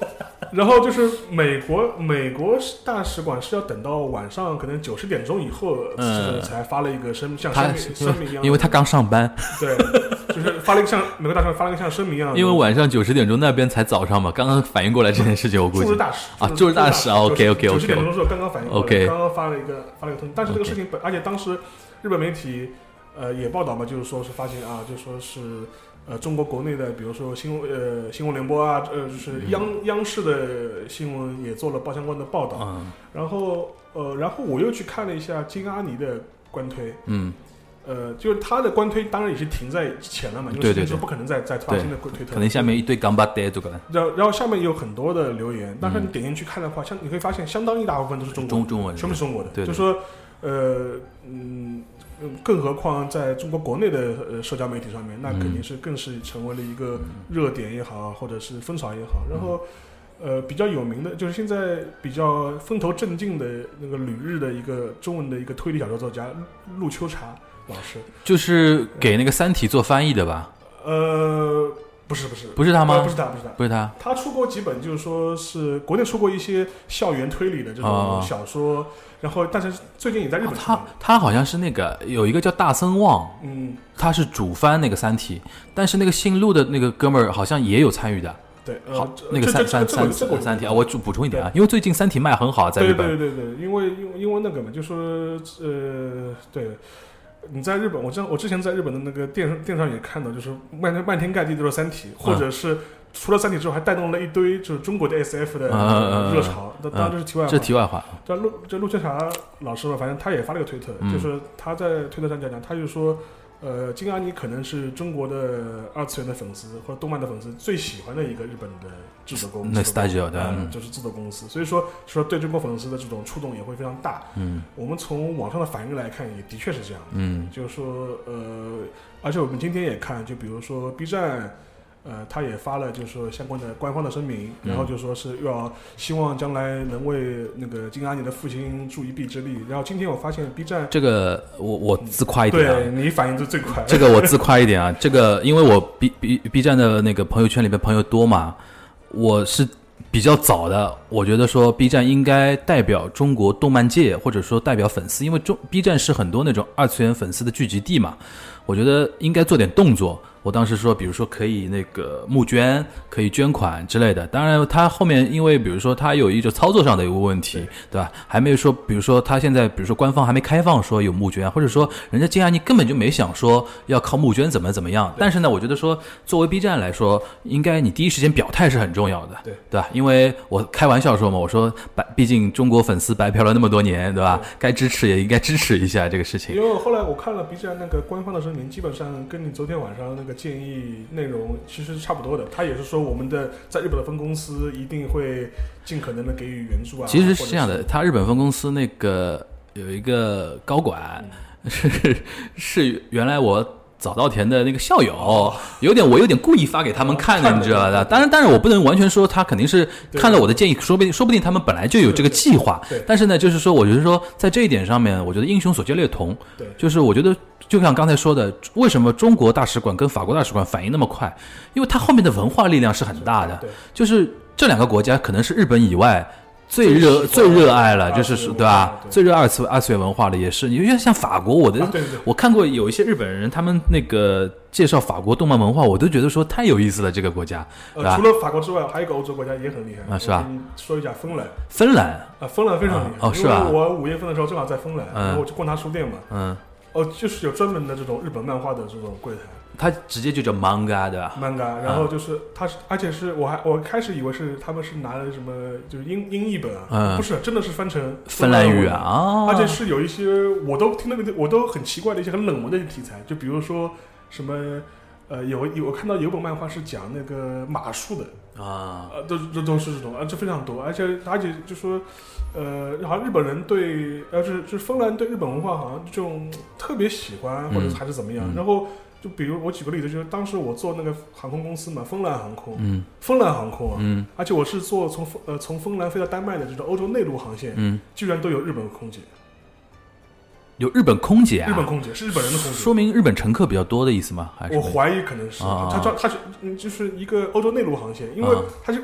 然后就是美国美国大使馆是要等到晚上可能九十点钟以后，嗯，才发了一个声像声明声明一样， 因为他刚上班， 对，就是发了一个像美国大使馆发了一个像声明一样， 因为晚上九十点钟那边才早上嘛，刚刚反应过来这件事情，我估计驻日大使啊，驻日大使啊 ，OK OK OK， 九十点钟的时候刚刚反应过来 ，OK， 刚刚发了一个发了一个通知，但是这个事情本，而且当时日本媒体呃也报道嘛，就是说是发现啊，就说是。呃，中国国内的，比如说新闻呃新闻联播啊，呃，就是央、嗯、央视的新闻也做了报相关的报道。嗯、然后呃，然后我又去看了一下金阿尼的官推，嗯，呃，就是他的官推当然也是停在前了嘛，因为是不可能再再发新的推特， 可能下面一堆干巴爹这个。 然后然后下面有很多的留言，但是你点进去看的话，像你会发现相当一大部分都是中国中中文， 全部是中国的， 对对就说呃嗯。更何况在中国国内的呃社交媒体上面，那肯定是更是成为了一个热点也好，或者是风潮也好。然后，呃，比较有名的就是现在比较风头正劲的那个旅日的一个中文的一个推理小说作家陆秋茶老师， 就是给那个《三体》做翻译的吧？ 呃。不是不是不是他吗、呃？ 不是他，不是他， 不是他。 他出过几本，就是说是国内出过一些校园推理的这种小说，哦、然后但是最近也在日本、哦。 他他好像是那个有一个叫大森望，嗯，他是主翻那个《三体》，但是那个姓陆的那个哥们儿好像也有参与的。 对， 好，那个三三三三三体啊，我补充一点啊，因为最近《三体》卖很好，在日本。 对对对对，因为因为因为那个嘛，就说呃，对。你在日本，我之我之前在日本的那个电电上也看到，就是漫漫天盖地都是三体，或者是除了三体之后，还带动了一堆就是中国的 S F 的热潮。那、嗯、当然这是题外话。 这题外话。 这陆这陆秋茶老师嘛，反正他也发了个推特，嗯、就是他在推特上讲讲，他就说，呃，金阿尼可能是中国的二次元的粉丝或者动漫的粉丝最喜欢的一个日本的制作公司， 那 studio 的、 嗯，就是制作公司，所以说说对中国粉丝的这种触动也会非常大。嗯，我们从网上的反应来看，也的确是这样。嗯，就是说，呃，而且我们今天也看，就比如说 B 站。呃，他也发了，就是说相关的官方的声明，然后就说是要希望将来能为那个金阿尼的父亲助一臂之力。然后今天我发现 B 站这个，我我自夸一点、啊， 对你反应是最快。 这个我自夸一点啊，这个因为我 B B B 站的那个朋友圈里面朋友多嘛，我是比较早的，我觉得说 B 站应该代表中国动漫界，或者说代表粉丝，因为中 B 站是很多那种二次元粉丝的聚集地嘛，我觉得应该做点动作。我当时说，比如说可以那个募捐，可以捐款之类的。当然，他后面因为比如说他有一个操作上的一个问题， 对, 对吧？还没有说，比如说他现在，比如说官方还没开放说有募捐，或者说人家金阿尼根本就没想说要靠募捐怎么怎么样。但是呢，我觉得说作为 B 站来说，应该你第一时间表态是很重要的，对对吧？因为我开玩笑说嘛，我说白，毕竟中国粉丝白嫖了那么多年，对吧？该支持也应该支持一下这个事情。 因为后来我看了 B 站那个官方的声明，基本上跟你昨天晚上那个建议内容其实是差不多的。他也是说我们的在日本的分公司一定会尽可能的给予援助啊。 其实是这样的，他日本分公司那个有一个高管、嗯、是是原来我早稻田的那个校友，有点我有点故意发给他们看的，你知道吧？当然，当然我不能完全说他肯定是看了我的建议，说不定说不定他们本来就有这个计划。但是呢，就是说，我觉得说在这一点上面，我觉得英雄所见略同。对，就是我觉得就像刚才说的，为什么中国大使馆跟法国大使馆反应那么快？因为它后面的文化力量是很大的，就是这两个国家可能是日本以外。最热最热爱了，就是对吧？最热二次二次元文化的也是，因为像法国，我的、啊、对对对我看过有一些日本人，他们那个介绍法国动漫文化，我都觉得说太有意思了，这个国家。 呃，除了法国之外，还有一个欧洲国家也很厉害啊，是吧？ 说一下芬兰。 芬兰啊，芬兰非常厉害、 啊、哦，是吧？ 因为我五月份的时候正好在芬兰，嗯、然后我去逛他书店嘛，嗯，哦，就是有专门的这种日本漫画的这种柜台。 它直接就叫 manga 对吧 ？manga， 然后就是它是，而且是我还我开始以为是他们是拿了什么就是英英译本啊，嗯、不是，真的是翻成芬兰语啊，哦、 而且是有一些我都听那个我都很奇怪的一些很冷门的题材，就比如说什么呃有有我看到有本漫画是讲那个马术的啊，呃都都都是这种啊，这非常多，而且而且就说。呃，好像日本人对，呃，就是就是芬兰对日本文化好像这种特别喜欢，或者还是怎么样。嗯、然后就比如我举个例子，就是当时我做那个航空公司嘛，芬兰航空，嗯，芬兰航空啊，嗯，而且我是做从呃从芬兰飞到丹麦的这种欧洲内陆航线，嗯，居然都有日本空姐。 有日本空姐啊？ 日本空姐是日本人的空姐， 说明日本乘客比较多的意思吗？还是我怀疑可能是，啊、他他他是就是一个欧洲内陆航线，因为他是我想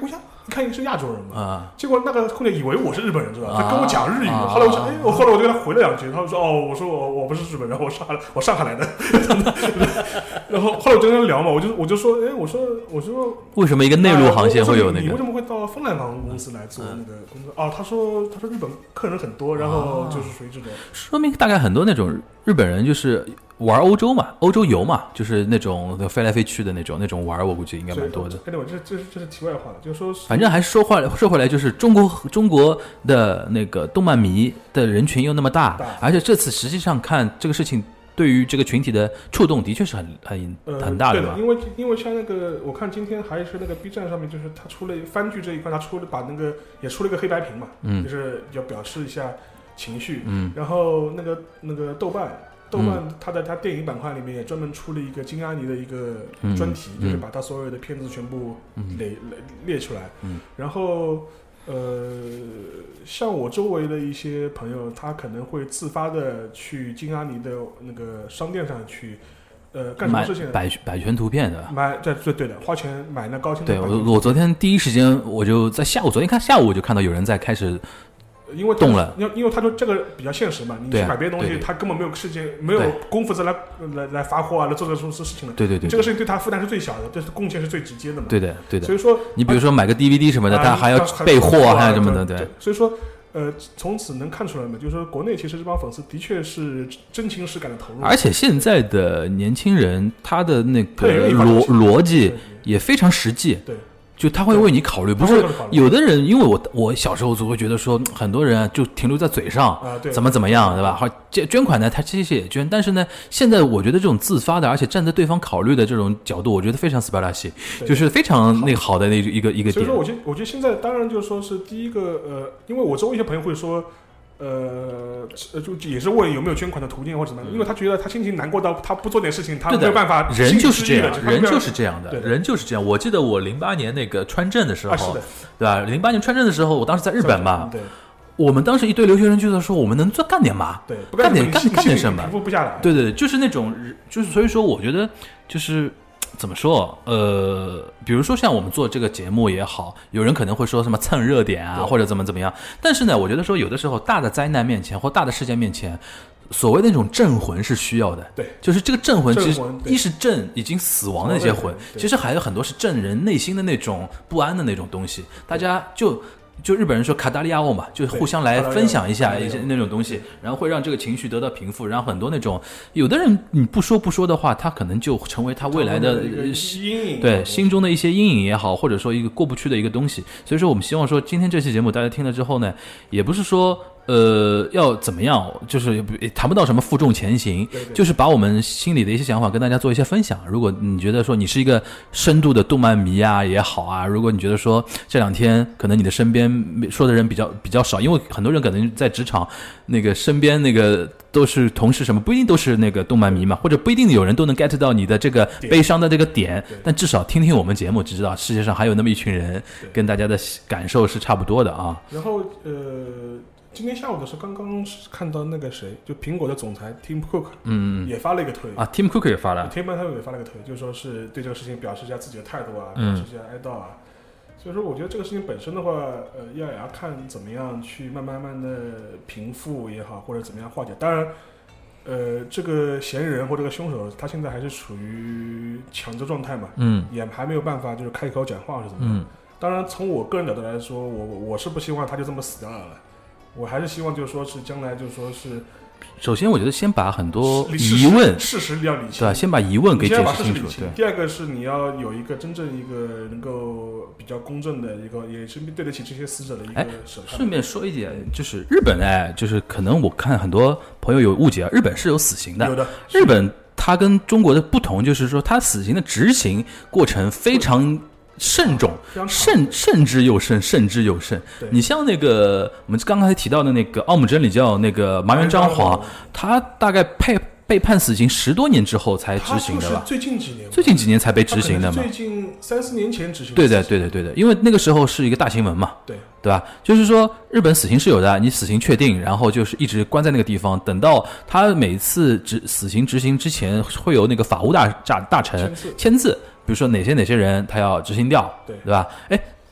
一看是亚洲人嘛， 啊， 结果那个空姐以为我是日本人，知道吧？ 啊他跟我讲日语， 啊后来我说，哎，我后来我就跟他回了两句，他说，哦，我说我我不是日本人，我上海我上海来的。然后后来我就跟他聊嘛，我就我就说，哎，我说我说为什么一个内陆航线会有那个？ 你为什么会到芬兰航空公司来做那个工作？哦，他说他说日本客人很多，然后就是属于这种， 说明大概很多那种日本人就是玩欧洲嘛，欧洲游嘛，就是那种飞来飞去的那种那种玩，我估计应该蛮多的。 哎，对，这这是这是题外话了，就是说， 反正还是说话说回来，就是中国中国的那个动漫迷的人群又那么大， 大而且这次实际上看这个事情。对于这个群体的触动的确是很很很大的嘛、 呃，因为因为像那个，我看今天还是那个 B 站上面，就是他出了番剧这一块，他出了把那个也出了一个黑白屏嘛， 嗯， 就是要表示一下情绪， 嗯， 然后那个那个豆瓣豆瓣他在他电影板块里面也专门出了一个金阿尼的一个专题， 嗯、 就是把他所有的片子全部列、嗯、列出来， 嗯， 然后。呃，像我周围的一些朋友，他可能会自发的去金阿尼的那个商店上去，呃，干什么事情？ 百百全图片的， 买对对对的，花钱买那高清的。 对我，我昨天第一时间我就在下午，昨天看下午我就看到有人在开始。 因为动了， 因为因为他说这个比较现实嘛，你去买别的东西， 对对对， 他根本没有时间，没有功夫再来来来发货啊，来做这种事情的。 对对 对, 对， 这个事情对他负担是最小的，这是贡献是最直接的嘛。 对的对的。 所以说， 你比如说买个 D V D 什么的， 啊、 他还要备货啊，还有什么的，对。 对所以说，呃，从此能看出来嘛，就是说国内其实这帮粉丝的确是真情实感的投入。 而且现在的年轻人，他的那个逻逻辑也非常实际。 对。 就他会为你考虑，不是有的人，因为我我小时候就会觉得说，很多人就停留在嘴上， 啊、 怎么怎么样，对吧？好，捐捐款呢，他这些也捐，但是呢，现在我觉得这种自发的，而且站在对方考虑的这种角度，我觉得非常斯巴拉西，就是非常那个好的那一个一个点。 所以说，我觉得我觉得现在当然就是说是第一个，呃，因为我周围一些朋友会说。呃，就也是问有没有捐款的途径或者怎么样，因为他觉得他心情难过到他不做点事情，他没有办法。 人就是这样，人就是这样的， 对人就是这样。我记得我零八年那个川震的时候， 啊、是的对吧？零八年川震的时候，我当时在日本嘛， 对， 我们当时一堆留学生就在说，我们能做干点嘛？ 对， 干点干干点什么？ 平复不下来。 对对对，就是那种，就是所以说，我觉得就是。怎么说？呃，比如说像我们做这个节目也好，有人可能会说什么蹭热点啊，或者怎么怎么样。但是呢，我觉得说有的时候大的灾难面前或大的事件面前，所谓的那种镇魂是需要的。 对， 就是这个镇魂，其实一是镇已经死亡的那些魂，其实还有很多是镇人内心的那种不安的那种东西。大家就。就日本人说卡达利亚欧嘛，就互相来分享一下一些那种东西，然后会让这个情绪得到平复，然后很多那种有的人你不说不说的话，他可能就成为他未来的阴影， 对心中的一些阴影也好，或者说一个过不去的一个东西。所以说我们希望说今天这期节目大家听了之后呢，也不是说呃要怎么样，就是也谈不到什么负重前行， 对对， 就是把我们心里的一些想法跟大家做一些分享。如果你觉得说你是一个深度的动漫迷啊也好啊，如果你觉得说这两天可能你的身边说的人比较比较少，因为很多人可能在职场那个身边那个都是同事什么，不一定都是那个动漫迷嘛，或者不一定有人都能 get 到你的这个悲伤的这个点，但至少听听我们节目就知道世界上还有那么一群人跟大家的感受是差不多的啊。 然后呃今天下午的时候，刚刚看到那个谁，就苹果的总裁 Tim Cook， 嗯， 也发了一个推啊 ，Tim Cook 也发了 ，Tim Cook 也发了一个推，就是说是对这个事情表示一下自己的态度啊，表示一下哀悼啊。嗯，所以说，我觉得这个事情本身的话，呃，要也要看怎么样去慢慢慢的平复也好，或者怎么样化解。当然，呃，这个嫌疑人或这个凶手，他现在还是处于强制状态嘛， 嗯， 也还没有办法就是开口讲话或者怎么样。 嗯， 当然，从我个人角度来说，我我是不希望他就这么死掉了。我还是希望就是说是将来就是说是， 首先我觉得先把很多疑问事实要理清， 对吧？先把疑问给解释清楚。对。 第二个是你要有一个真正一个能够比较公正的一个，也是对得起这些死者的一个审判。 顺便说一点，就是日本哎，就是可能我看很多朋友有误解，日本是有死刑的。 有的。 日本它跟中国的不同，就是说它死刑的执行过程非常。慎重，慎慎之又慎，慎之又慎。你像那个我们刚才提到的那个奥姆真理教那个麻原彰晃，他大概被被判死刑十多年之后才执行的吧？ 最近几年， 最近几年才被执行的嘛？ 最近三四年前执行的。 对的，对的，对的，因为那个时候是一个大新闻嘛。 对， 对吧？就是说，日本死刑是有的，你死刑确定，然后就是一直关在那个地方，等到他每次执死刑执行之前，会有那个法务大大大臣签字。比如说哪些哪些人他要执行掉， 对对吧？哎，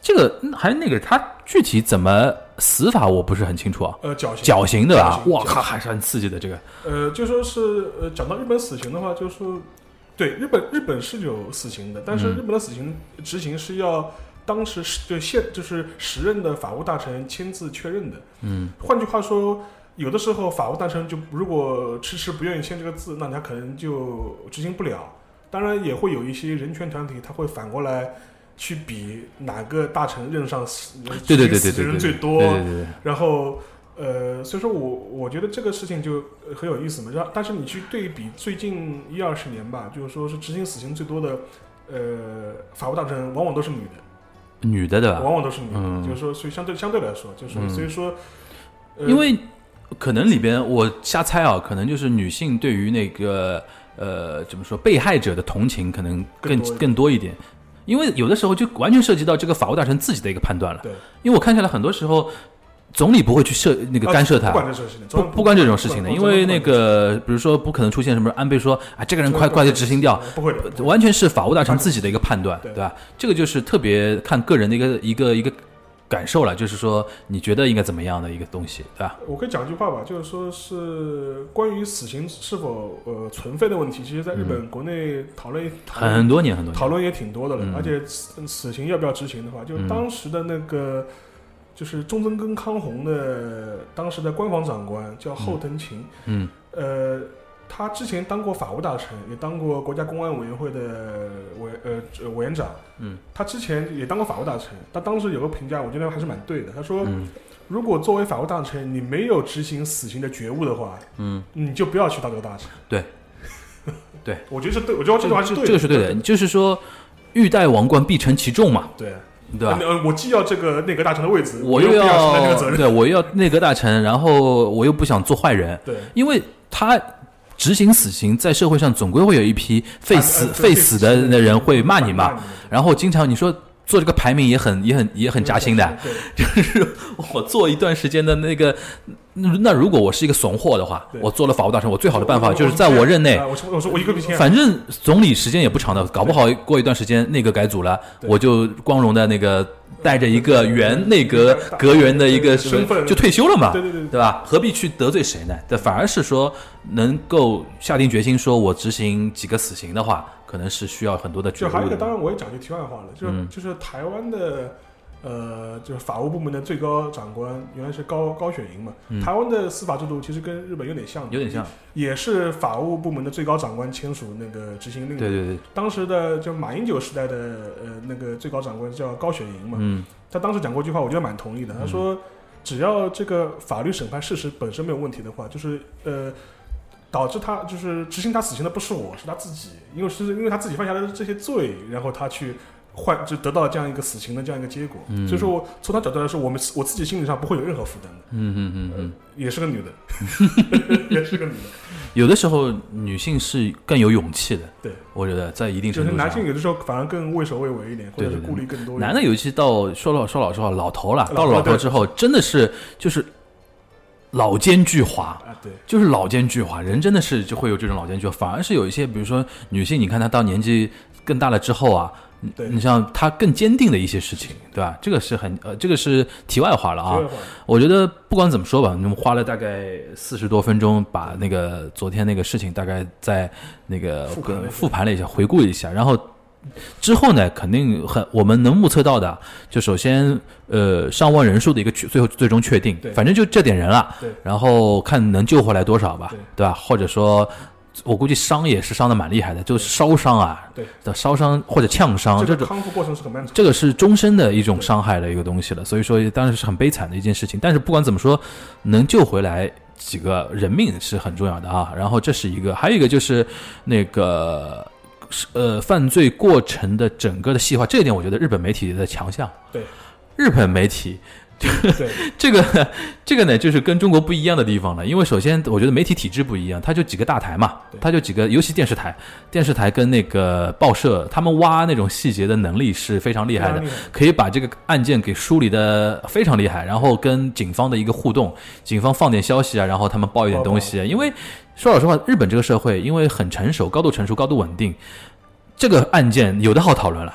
这个还有那个他具体怎么死法我不是很清楚啊。 呃，绞刑， 绞刑对吧？ 哇靠，还是很刺激的这个。 呃，就说是呃，讲到日本死刑的话，就是说，对日本日本是有死刑的，但是日本的死刑执行是要当时就现就是时任的法务大臣签字确认的。嗯，换句话说。有的时候法务大臣就如果迟迟不愿意签这个字，那他可能就执行不了。当然也会有一些人权团体，他会反过来去比哪个大臣任上死对对对对对人最多。 对对对。 然后呃，所以说我我觉得这个事情就很有意思嘛。但是你去对比最近一二十年吧，就是说是执行死刑最多的呃法务大臣，往往都是女的。 女的对吧？ 往往都是女的， 嗯、 就是说，所以相对相对来说，就是说、嗯、所以说， 呃、因为。可能里边我瞎猜啊，可能就是女性对于那个呃怎么说被害者的同情可能更更多, 更多一点，因为有的时候就完全涉及到这个法务大臣自己的一个判断了。 对， 因为我看下来很多时候总理不会去涉那个干涉他， 啊、不管这种事情， 不不关这种事情的，因为那个比如说不可能出现什么安倍说啊这个人快快就执行掉， 不会的，完全是法务大臣自己的一个判断， 对, 对吧？这个就是特别看个人的一个一个一个。感受了，就是说你觉得应该怎么样的一个东西，对吧？ 我可以讲一句话吧，就是说是关于死刑是否呃存废的问题，其实在日本国内讨论、嗯、 很多年很多年讨论也挺多的了， 嗯、 而且死死刑要不要执行的话，就当时的那个、嗯、就是中曾根康弘的当时的官房长官叫后藤晴， 嗯， 呃。他之前当过法务大臣，也当过国家公安委员会的委呃委员长。 嗯， 他之前也当过法务大臣。他当时有个评价，我觉得还是蛮对的。他说， 嗯、 如果作为法务大臣，你没有执行死刑的觉悟的话， 嗯， 你就不要去当这个大臣。 对，对， 我觉得是对，我觉得这句话是对的， 这个是对的。就是说，欲戴王冠，必承其重嘛。 对。 对吧？ 呃，我既要这个内阁大臣的位置， 我又要承担这个责任。 对，我又要内阁大臣，然后我又不想做坏人。 对， 因为他。执行死刑，在社会上总归会有一批废死、啊、废死的人会骂你嘛，然后经常你说做这个排名也很、也很、也很扎心的，就是我做一段时间的那个，那如果我是一个怂货的话，我做了法务大臣，我最好的办法就是在我任内， 我说我说我一个反正总理时间也不长的，搞不好过一段时间内阁改组了，我就光荣的那个。带着一个原内阁阁员的一个身份就退休了嘛， 对对对， 对吧？何必去得罪谁呢？对，反而是说能够下定决心说我执行几个死刑的话，可能是需要很多的觉悟的。 就还有一个，当然我也讲句题外话了，就、 嗯、 就是台湾的呃，就是法务部门的最高长官原来是高高雪莹嘛、嗯。台湾的司法制度其实跟日本有点像， 有点像， 也是法务部门的最高长官签署那个执行令。 对对对。 当时的就马英九时代的呃那个最高长官叫高雪莹嘛， 嗯， 他当时讲过一句话，我觉得蛮同意的。他说，只要这个法律审判事实本身没有问题的话，就是呃。导致他就是执行他死刑的不是我，是他自己，因为是因为他自己犯下的这些罪，然后他去换就得到了这样一个死刑的这样一个结果。嗯、所以说我从他角度来说，我们我自己心理上不会有任何负担的。 嗯嗯嗯嗯、 呃，也是个女的，也是个女的。 有的时候女性是更有勇气的， 对， 我觉得在一定程度上， 就是男性有的时候反而更畏首畏尾一点，或者是顾虑更多一点。 男的尤其到说老说老实话，老头了，到了老头之后，真的是就是老奸巨猾啊，对， 就是老奸巨猾，人真的是就会有这种老奸巨猾。反而是有一些，比如说女性，你看她到年纪更大了之后啊， 对， 你像她更坚定的一些事情，对吧？这个是很呃，这个是题外话了啊。我觉得不管怎么说吧，我们花了大概四十多分钟，把那个昨天那个事情大概在那个复盘了复盘了一下，回顾一下，然后。之后呢，肯定很我们能目测到的，就首先呃上万人数的一个最后最终确定，反正就这点人了，然后看能救回来多少吧， 对, 对吧？或者说，我估计伤也是伤的蛮厉害的，就是烧伤啊， 对的烧伤或者呛伤， 这个康复过程是很漫长， 这个是终身的一种伤害的一个东西了，所以说当然是很悲惨的一件事情。但是不管怎么说，能救回来几个人命是很重要的啊。然后这是一个，还有一个就是那个。呃，犯罪过程的整个的细化，这一点我觉得日本媒体的强项。 对， 日本媒体， 对这个这个呢，就是跟中国不一样的地方了。因为首先，我觉得媒体体制不一样，它就几个大台嘛，它就几个，尤其电视台，电视台跟那个报社，他们挖那种细节的能力是非常厉害的，可以把这个案件给梳理的非常厉害，然后跟警方的一个互动，警方放点消息啊，然后他们报一点东西，因为。说老实话，日本这个社会因为很成熟、高度成熟、高度稳定，这个案件有的好讨论了。 对，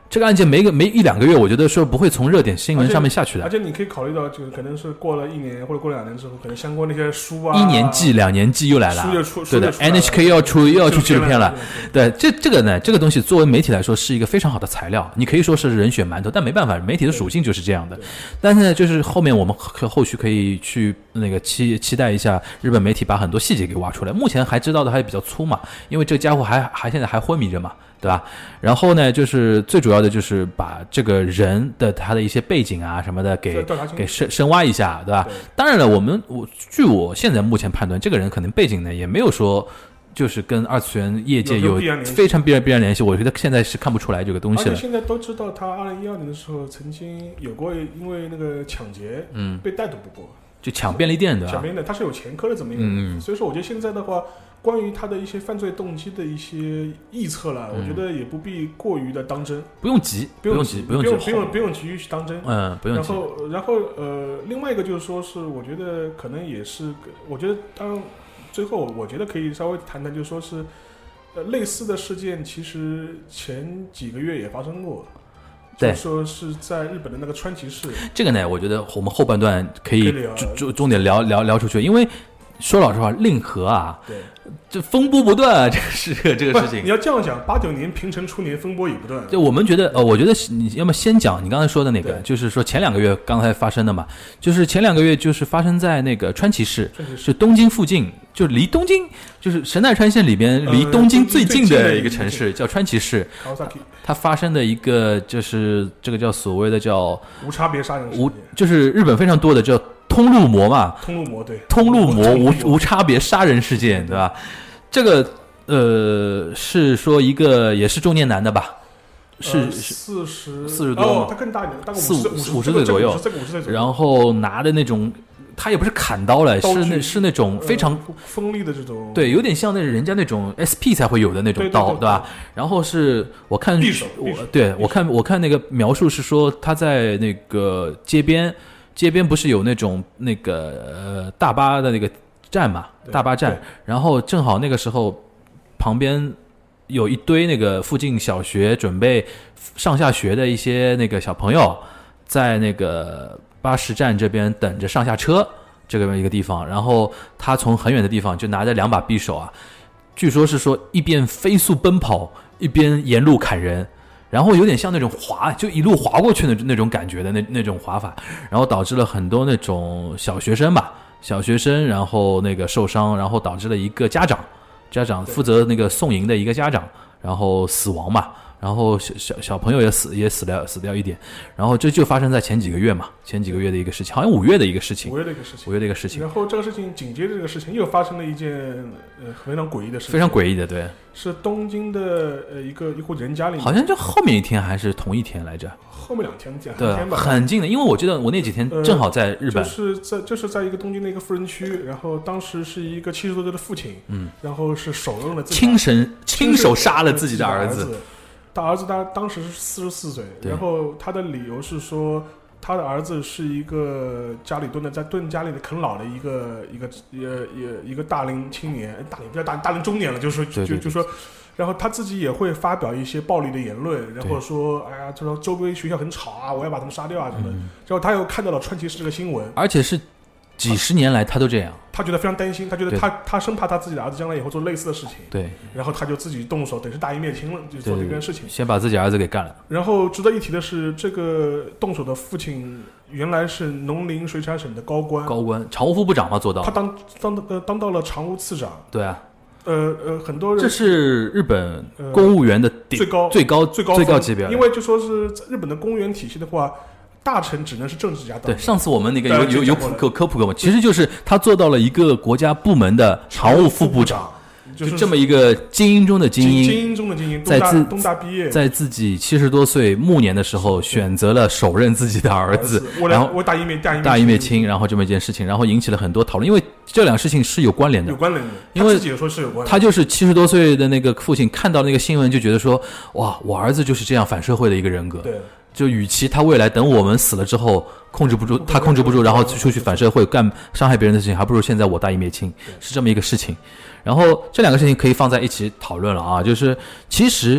这个案件没个没一两个月，我觉得说不会从热点新闻上面下去的。 而且你可以考虑到，就是可能是过了一年或者过了两年之后，可能相关那些书啊， 一年季、两年季又来了， 书就出， 对的 ，N H K 又要出又要出纪录片了。对，这这个呢，这个东西作为媒体来说是一个非常好的材料，你可以说是人血馒头，但没办法，媒体的属性就是这样的。但是呢，就是后面我们后续可以去那个期期待一下日本媒体把很多细节给挖出来。目前还知道的还比较粗嘛，因为这个家伙还还现在还昏迷着嘛。对吧？然后呢，就是最主要的就是把这个人的他的一些背景啊什么的给给深深挖一下，对吧？对，当然了，我们我据我现在目前判断，这个人可能背景呢也没有说就是跟二次元业界有非常必然必然联系。我觉得现在是看不出来这个东西了。 而且现在都知道，他二零一二年的时候曾经有过因为那个抢劫，嗯，被逮捕不过， 就抢便利店的， 抢便利店，他是有前科的这么一个人。嗯，所以说我觉得现在的话，关于他的一些犯罪动机的一些臆测了，嗯、我觉得也不必过于的当真， 不用急， 不用急， 不用不用不用急于去当真， 嗯，不用急。 然后然后呃，另外一个就是说是，我觉得可能也是，我觉得当最后我觉得可以稍微谈谈，就是说是呃类似的事件，其实前几个月也发生过。就说是在日本的那个川崎市， 这个呢，我觉得我们后半段可以重重点聊聊聊出去，因为说老实话，令和啊， 对， 这风波不断啊，这个是这个事情。 你要这样讲，八九年平成初年风波也不断。 就我们觉得，呃，我觉得你要么先讲你刚才说的那个，就是说前两个月刚才发生的嘛，就是前两个月就是发生在那个川崎市，是东京附近，就离东京就是神奈川县里边离东京最近的一个城市，叫川崎市。它发生的一个就是这个叫所谓的叫无差别杀人， 无就是日本非常多的叫通路魔嘛， 通路魔对， 通路魔无无差别杀人事件，对吧？这个呃是说一个也是中年男的吧，是四十四十多， 哦，他更大一点，大概四五十岁左右，然后拿的那种。他也不是砍刀了，是那是那种非常锋利的这种， 对，有点像那人家那种 S P 才会有的那种刀， 对, 对, 对, 对吧？然后是我看匕首， 我对我看我看那个描述是说他在那个街边，街边不是有那种那个呃大巴的那个站嘛，大巴站，然后正好那个时候旁边有一堆那个附近小学准备上下学的一些那个小朋友在那个巴士站这边等着上下车这个一个地方，然后他从很远的地方就拿着两把匕首啊，据说是说一边飞速奔跑一边沿路砍人，然后有点像那种滑就一路滑过去的那种感觉的那那种滑法，然后导致了很多那种小学生吧小学生然后那个受伤，然后导致了一个家长家长负责那个送迎的一个家长然后死亡嘛，然后小小小朋友也死也死掉死掉一点，然后这就发生在前几个月嘛，前几个月的一个事情，好像五月的一个事情， 五月的一个事情， 五月的一个事情。 然后这个事情紧接着这个事情又发生了一件呃非常诡异的事情， 非常诡异的，对， 是东京的呃一个一户人家里面， 好像就后面一天还是同一天来着， 后面两天两对天吧， 很近的，因为我记得我那几天正好在日本，呃、 就是在就是在一个东京的一个富人区，然后当时是一个七十多岁的父亲，嗯，然后是手刃了自己亲神亲手杀了自己的儿子。 他儿子他当时是四十四岁，然后他的理由是说，他的儿子是一个家里蹲的在蹲家里的啃老的一个一个一个一个大龄青年，大龄不叫大大龄中年了，就是说就就说，然后他自己也会发表一些暴力的言论，然后说，哎呀，他说周围学校很吵啊，我要把他们杀掉啊什么的。嗯、然后他又看到了川崎市这个新闻， 而且是几十年来他都这样。 他觉得非常担心，他觉得他他生怕他自己的儿子将来以后做类似的事情， 对， 然后他就自己动手，等于是大义灭亲了，就做这件事情， 先把自己儿子给干了。 然后值得一提的是，这个动手的父亲原来是农林水产省的高官， 高官常务副部长嘛，做到他当当呃当到了常务次长， 对啊， 呃呃很多人这是日本公务员的、呃、 最高最高最高最高级别， 因为就说是日本的公务员体系的话。大臣只能是政治家当。 对，上次我们那个有有有科科普过嘛，其实就是他做到了一个国家部门的常务副部长，就这么一个精英中的精英， 精英中的精英， 在自东大毕业， 在自己七十多岁暮年的时候，选择了手刃自己的儿子，然后我大义灭大义灭亲，然后这么一件事情，然后引起了很多讨论，因为这两个事情是有关联的， 有关联的， 因为他自己也说是有关联的， 他就是七十多岁的那个父亲看到那个新闻就觉得说，哇，我儿子就是这样反社会的一个人格， 对。 就与其他未来等我们死了之后控制不住，他控制不住，然后出去反社会干伤害别人的事情，还不如现在我大义灭亲，是这么一个事情。然后这两个事情可以放在一起讨论了啊，就是其实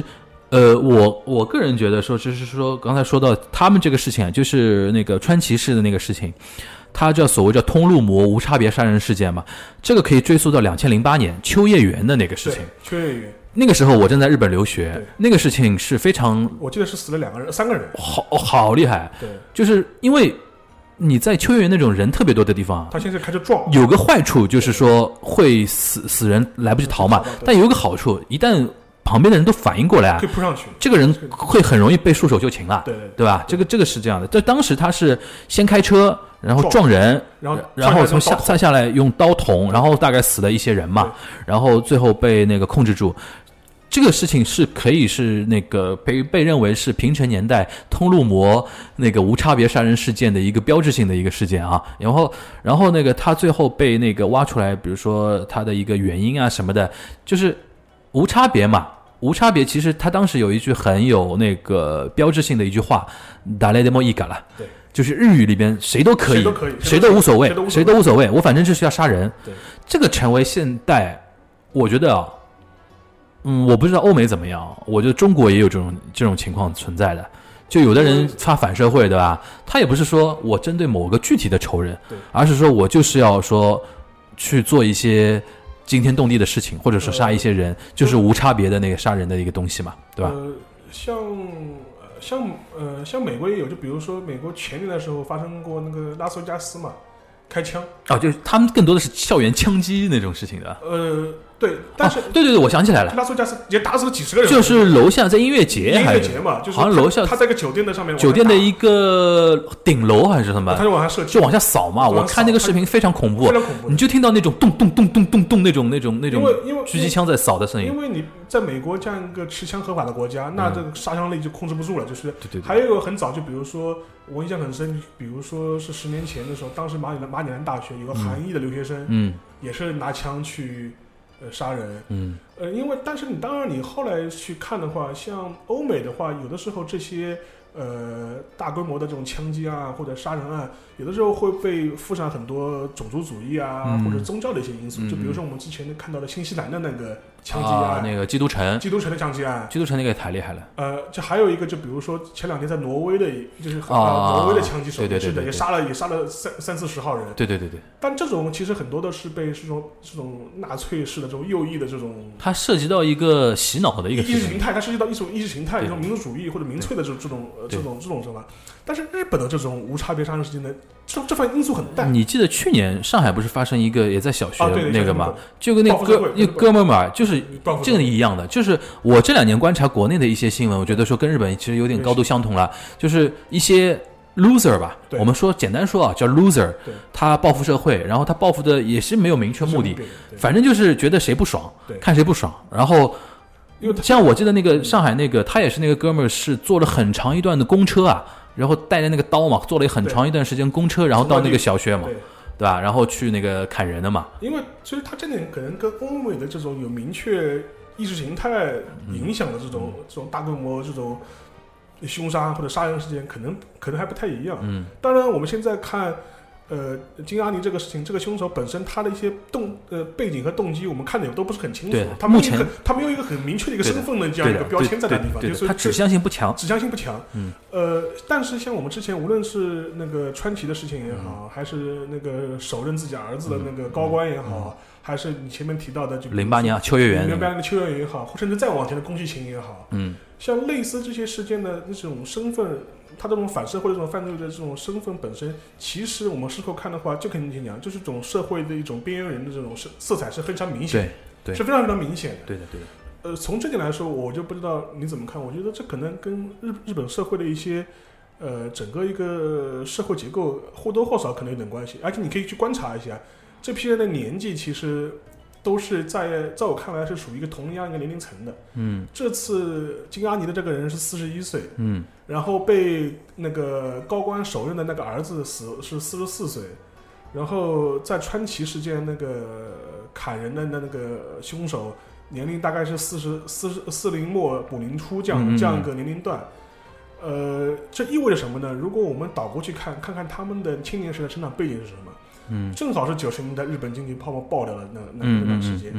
呃，我我个人觉得说，就是说刚才说到他们这个事情啊，就是那个川崎市的那个事情，它叫所谓叫通路魔无差别杀人事件嘛，这个可以追溯到两千零八年秋叶原的那个事情。 秋叶原那个时候我正在日本留学，那个事情是非常， 我记得是死了两个人、三个人， 好好厉害。 对， 就是因为你在秋叶原那种人特别多的地方， 他现在开始撞， 有个坏处就是说会死死人来不及逃嘛，但有一个好处，一旦旁边的人都反应过来啊， 可以扑上去， 这个人会很容易被束手就擒了， 对对对吧？这个这个是这样的。这当时他是先开车，然后撞人， 然后然后从下再下来用刀捅，然后大概死了一些人嘛，然后最后被那个控制住。这个事情是可以是那个被被认为是平成年代通路魔那个无差别杀人事件的一个标志性的一个事件啊。然后，然后那个他最后被那个挖出来，比如说他的一个原因啊什么的，就是无差别嘛。无差别其实他当时有一句很有那个标志性的一句话，打雷德莫伊嘎了， 对， 就是日语里边谁都可以， 谁都可以， 谁都无所谓，谁都无所谓，我反正就是要杀人。 对， 这个成为现代，我觉得啊。嗯，我不知道欧美怎么样，我觉得中国也有这种这种情况存在的。就有的人发反社会，对吧？他也不是说我针对某个具体的仇人，而是说我就是要说去做一些惊天动地的事情，或者说杀一些人，呃、就是无差别的那个杀人的一个东西嘛，对吧？ 呃，像像呃像美国也有，就比如说美国前年的时候发生过那个拉斯维加斯嘛，开枪啊、哦，就是他们更多的是校园枪击那种事情的。 呃。对，但是、 哦、对对对，我想起来了， 拉斯维加斯也打死了几十个人， 就是楼下在音乐节， 音乐节嘛，就是好像楼下他在一个酒店的上面， 酒店的一个顶楼还是什么， 他就往下射击， 就往下扫嘛。我看那个视频非常恐怖， 非常恐怖， 你就听到那种咚咚咚咚咚咚那种那种那种因为狙击枪在扫的声音。 因为你在美国这样一个持枪合法的国家，那这个杀伤力就控制不住了。就是， 对对对。 还有一个很早，就比如说我印象很深，比如说是十年前的时候，当时马里兰马里兰大学有个韩裔的留学生， 嗯， 也是拿枪去。呃，杀人， 嗯， 呃，因为但是你当然你后来去看的话，像欧美的话，有的时候这些呃大规模的这种枪击啊或者杀人案，有的时候会被附上很多种族主义啊、嗯、或者宗教的一些因素， 嗯、 就比如说我们之前看到的新西兰的那个枪击案， 啊、那个基督城， 基督城的枪击案， 基督城那个也太厉害了。 呃，就还有一个，就比如说前两天在挪威的，就是、 啊、 呃、挪威的枪击手， 对对对对对， 也杀了也杀了三三四十号人。 对对对对。 但这种其实很多的是被这种这种纳粹式的这种右翼的这种， 它涉及到一个洗脑的一个意识形态，它涉及到一种意识形态、一种民族主义或者民粹的这这种呃这种这种什么。但是日本的这种无差别杀人事件呢，这这方面因素很淡。 你记得去年上海不是发生一个也在小学那个嘛、 啊， 就跟那个哥那哥们嘛，就是这个一样的。就是我这两年观察国内的一些新闻，我觉得说跟日本其实有点高度相同了，就是一些 loser 吧，我们说简单说啊，叫 loser， 他报复社会，然后他报复的也是没有明确目的，反正就是觉得谁不爽，看谁不爽，然后。像我记得那个上海那个，他也是那个哥们儿，是坐了很长一段的公车啊，然后带着那个刀嘛，坐了很长一段时间公车，然后到那个小学嘛，对, 对吧？然后去那个砍人的嘛。 因为其实他这点可能跟欧美的这种有明确意识形态影响的这种、嗯、这种大规模这种凶杀或者杀人事件，可能可能还不太一样。 嗯， 当然我们现在看。呃，金阿尼这个事情，这个凶手本身他的一些动呃背景和动机，我们看的也都不是很清楚。他目前他没有一个很明确的一个身份的这样一个标签在那地方，就是他指向性不强， 指向性不强。 嗯， 呃，但是像我们之前无论是那个川崎的事情也好，嗯、还是那个手刃自己儿子的那个高官也好，嗯、还是你前面提到的就零八年秋叶原， 零八年的秋叶原也好，甚至再往前的宫崎勤也好， 嗯， 像类似这些事件的那种身份。他这种反社会的这种犯罪的这种身份本身，其实我们事后看的话，就跟你讲，就是这种社会的一种边缘人的这种色彩是非常明显， 对，对是非常非常明显的。 对的，对的。 呃，从这点来说，我就不知道你怎么看。我觉得这可能跟日日本社会的一些呃整个一个社会结构或多或少可能有点关系。而且你可以去观察一下，这批人的年纪其实。都是在在我看来是属于一个同样一个年龄层的。 嗯， 这次金阿尼的这个人是四十一岁， 嗯， 然后被那个高官首任的那个儿子死是四十四岁，然后在川崎事件那个砍人的那个凶手年龄大概是四十四四零末五零初这样、嗯、这样一个年龄段。呃，这意味着什么呢？如果我们倒过去看看看他们的青年时的成长背景是什么？嗯，正好是九十年代日本经济泡沫爆掉的那那那段时间， 嗯嗯嗯嗯，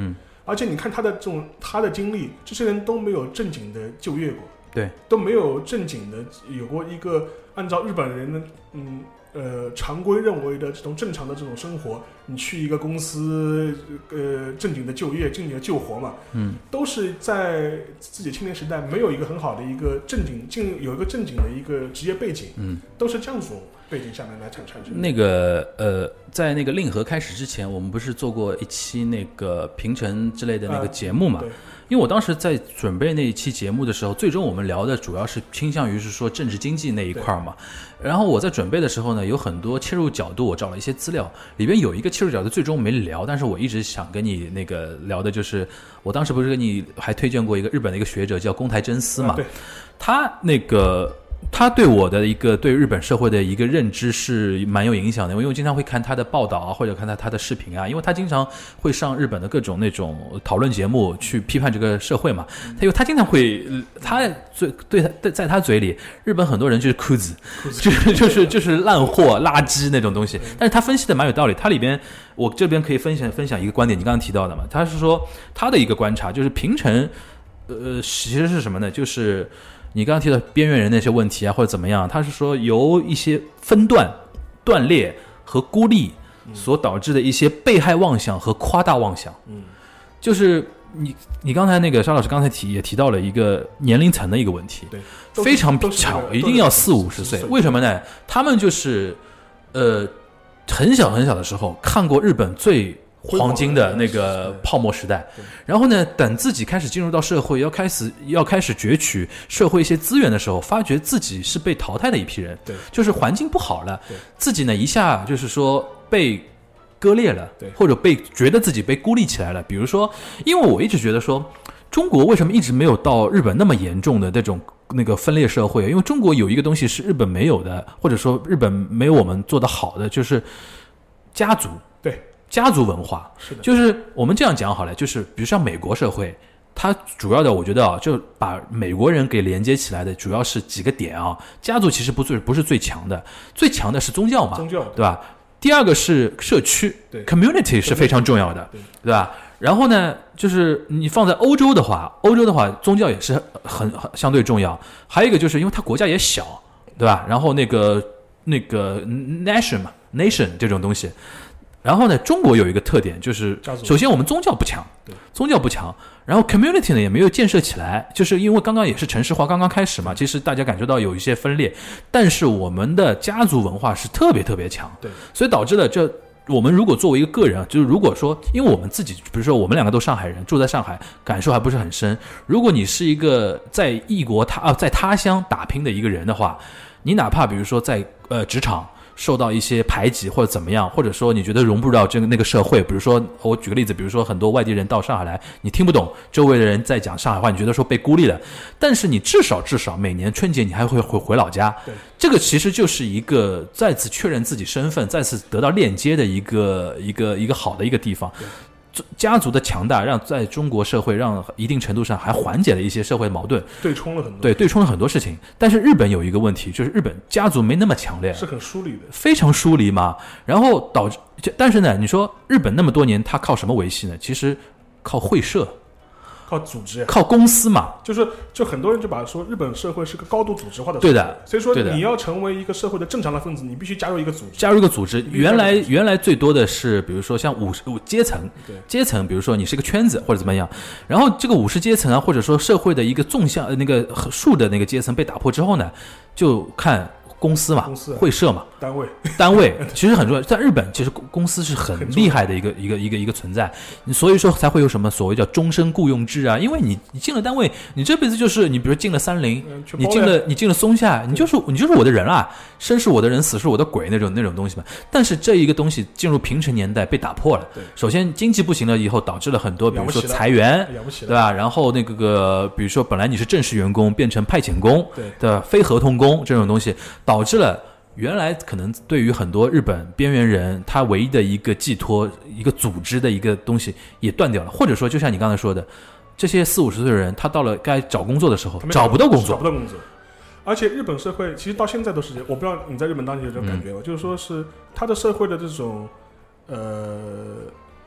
而且你看他的这种他的经历，这些人都没有正经的就业过， 对， 都没有正经的有过一个按照日本人的嗯呃常规认为的这种正常的这种生活，你去一个公司呃正经的就业、正经的救活嘛， 嗯， 都是在自己青年时代没有一个很好的一个正经正有一个正经的一个职业背景， 嗯， 都是这样子背景下面来产产生的。 那个呃，在那个令和开始之前，我们不是做过一期那个平成之类的那个节目嘛？ 呃、对。 因为我当时在准备那一期节目的时候，最终我们聊的主要是倾向于是说政治经济那一块嘛。然后我在准备的时候呢，有很多切入角度，我找了一些资料，里边有一个切入角度最终没聊，但是我一直想跟你那个聊的就是，我当时不是跟你还推荐过一个日本的一个学者叫宫台真司嘛？ 啊、对， 他那个。他对我的一个对日本社会的一个认知是蛮有影响的，因为我经常会看他的报道啊，或者看他他的视频啊，因为他经常会上日本的各种那种讨论节目去批判这个社会嘛。他因为他经常会，他嘴对他在他嘴里，日本很多人就是裤子，就是就是就是烂货、垃圾那种东西。但是他分析的蛮有道理，他里边我这边可以分享分享一个观点，你刚刚提到的嘛，他是说他的一个观察就是平成，呃，其实是什么呢？就是。你刚刚提到边缘人那些问题啊，或者怎么样，他是说由一些分段、断裂和孤立所导致的一些被害妄想和夸大妄想。嗯，就是你你刚才那个沙老师刚才提也提到了一个年龄层的一个问题， 对， 非常巧，一定要四五十岁。为什么呢？他们就是呃很小很小的时候看过日本最。黄金的那个泡沫时代，然后呢，等自己开始进入到社会，要开始要开始攫取社会一些资源的时候，发觉自己是被淘汰的一批人， 对， 就是环境不好了，自己呢一下就是说被割裂了， 对， 或者被觉得自己被孤立起来了。比如说，因为我一直觉得说，中国为什么一直没有到日本那么严重的那种那个分裂社会？因为中国有一个东西是日本没有的，或者说日本没有我们做得好的，就是家族。 对。 家族文化是的， 就是我们这样讲好了，就是比如像美国社会，它主要的我觉得啊，就把美国人给连接起来的主要是几个点啊。家族其实不最不是最强的，最强的是宗教嘛， 宗教对, 对吧？第二个是社区， 对 ，community 是非常重要的， 对, 对吧？然后呢，就是你放在欧洲的话，欧洲的话宗教也是很很相对重要。还有一个就是因为它国家也小，对吧？然后那个那个 nation 嘛 ，nation 这种东西。然后呢，中国有一个特点，就是首先我们宗教不强，宗教不强，然后 community 呢也没有建设起来，就是因为刚刚也是城市化刚刚开始嘛，其实大家感受到有一些分裂，但是我们的家族文化是特别特别强， 对， 所以导致了这我们如果作为一个个人，就是如果说，因为我们自己，比如说我们两个都上海人，住在上海，感受还不是很深。如果你是一个在异国他啊在他乡打拼的一个人的话，你哪怕比如说在呃职场。受到一些排挤或者怎么样，或者说你觉得融不到这个那个社会，比如说我举个例子，比如说很多外地人到上海来，你听不懂周围的人在讲上海话，你觉得说被孤立了，但是你至少至少每年春节你还会回回老家，这个其实就是一个再次确认自己身份、再次得到链接的一个一个一个好的一个地方。家族的强大让在中国社会让一定程度上还缓解了一些社会矛盾， 对冲了很多， 对对冲了很多事情。但是日本有一个问题，就是日本家族没那么强烈， 是很疏离的， 非常疏离嘛。然后导致，但是呢，你说日本那么多年，它靠什么维系呢？其实靠会社。 靠组织， 靠公司嘛， 就是就很多人就把说日本社会是个高度组织化的社会， 对的， 所以说你要成为一个社会的正常的分子，你必须加入一个组织， 加入一个组织。原来原来最多的是，比如说像五十五阶层，阶层，比如说你是一个圈子或者怎么样，然后这个五十阶层啊，或者说社会的一个纵向那个竖的那个阶层被打破之后呢，就看。公司嘛， 公司会社嘛， 单位， 单位其实很重要。在日本，其实公司是很厉害的一个一个一个一个存在，所以说才会有什么所谓叫终身雇佣制啊。因为你你进了单位，你这辈子就是你，比如进了三菱， 嗯、 你进了你进了松下，你就是你就是我的人啦，生是我的人，死是我的鬼那种那种东西嘛。但是这一个东西进入平成年代被打破了。首先经济不行了以后，导致了很多，比如说裁员，对吧？然后那个个，比如说本来你是正式员工，变成派遣工的非合同工这种东西。导致了原来可能对于很多日本边缘人，他唯一的一个寄托、一个组织的一个东西也断掉了，或者说就像你刚才说的，这些四五十岁的人，他到了该找工作的时候，找不到工作， 找不到工作。而且日本社会其实到现在都是，我不知道你在日本当地有这种感觉吗？嗯、就是说是他的社会的这种呃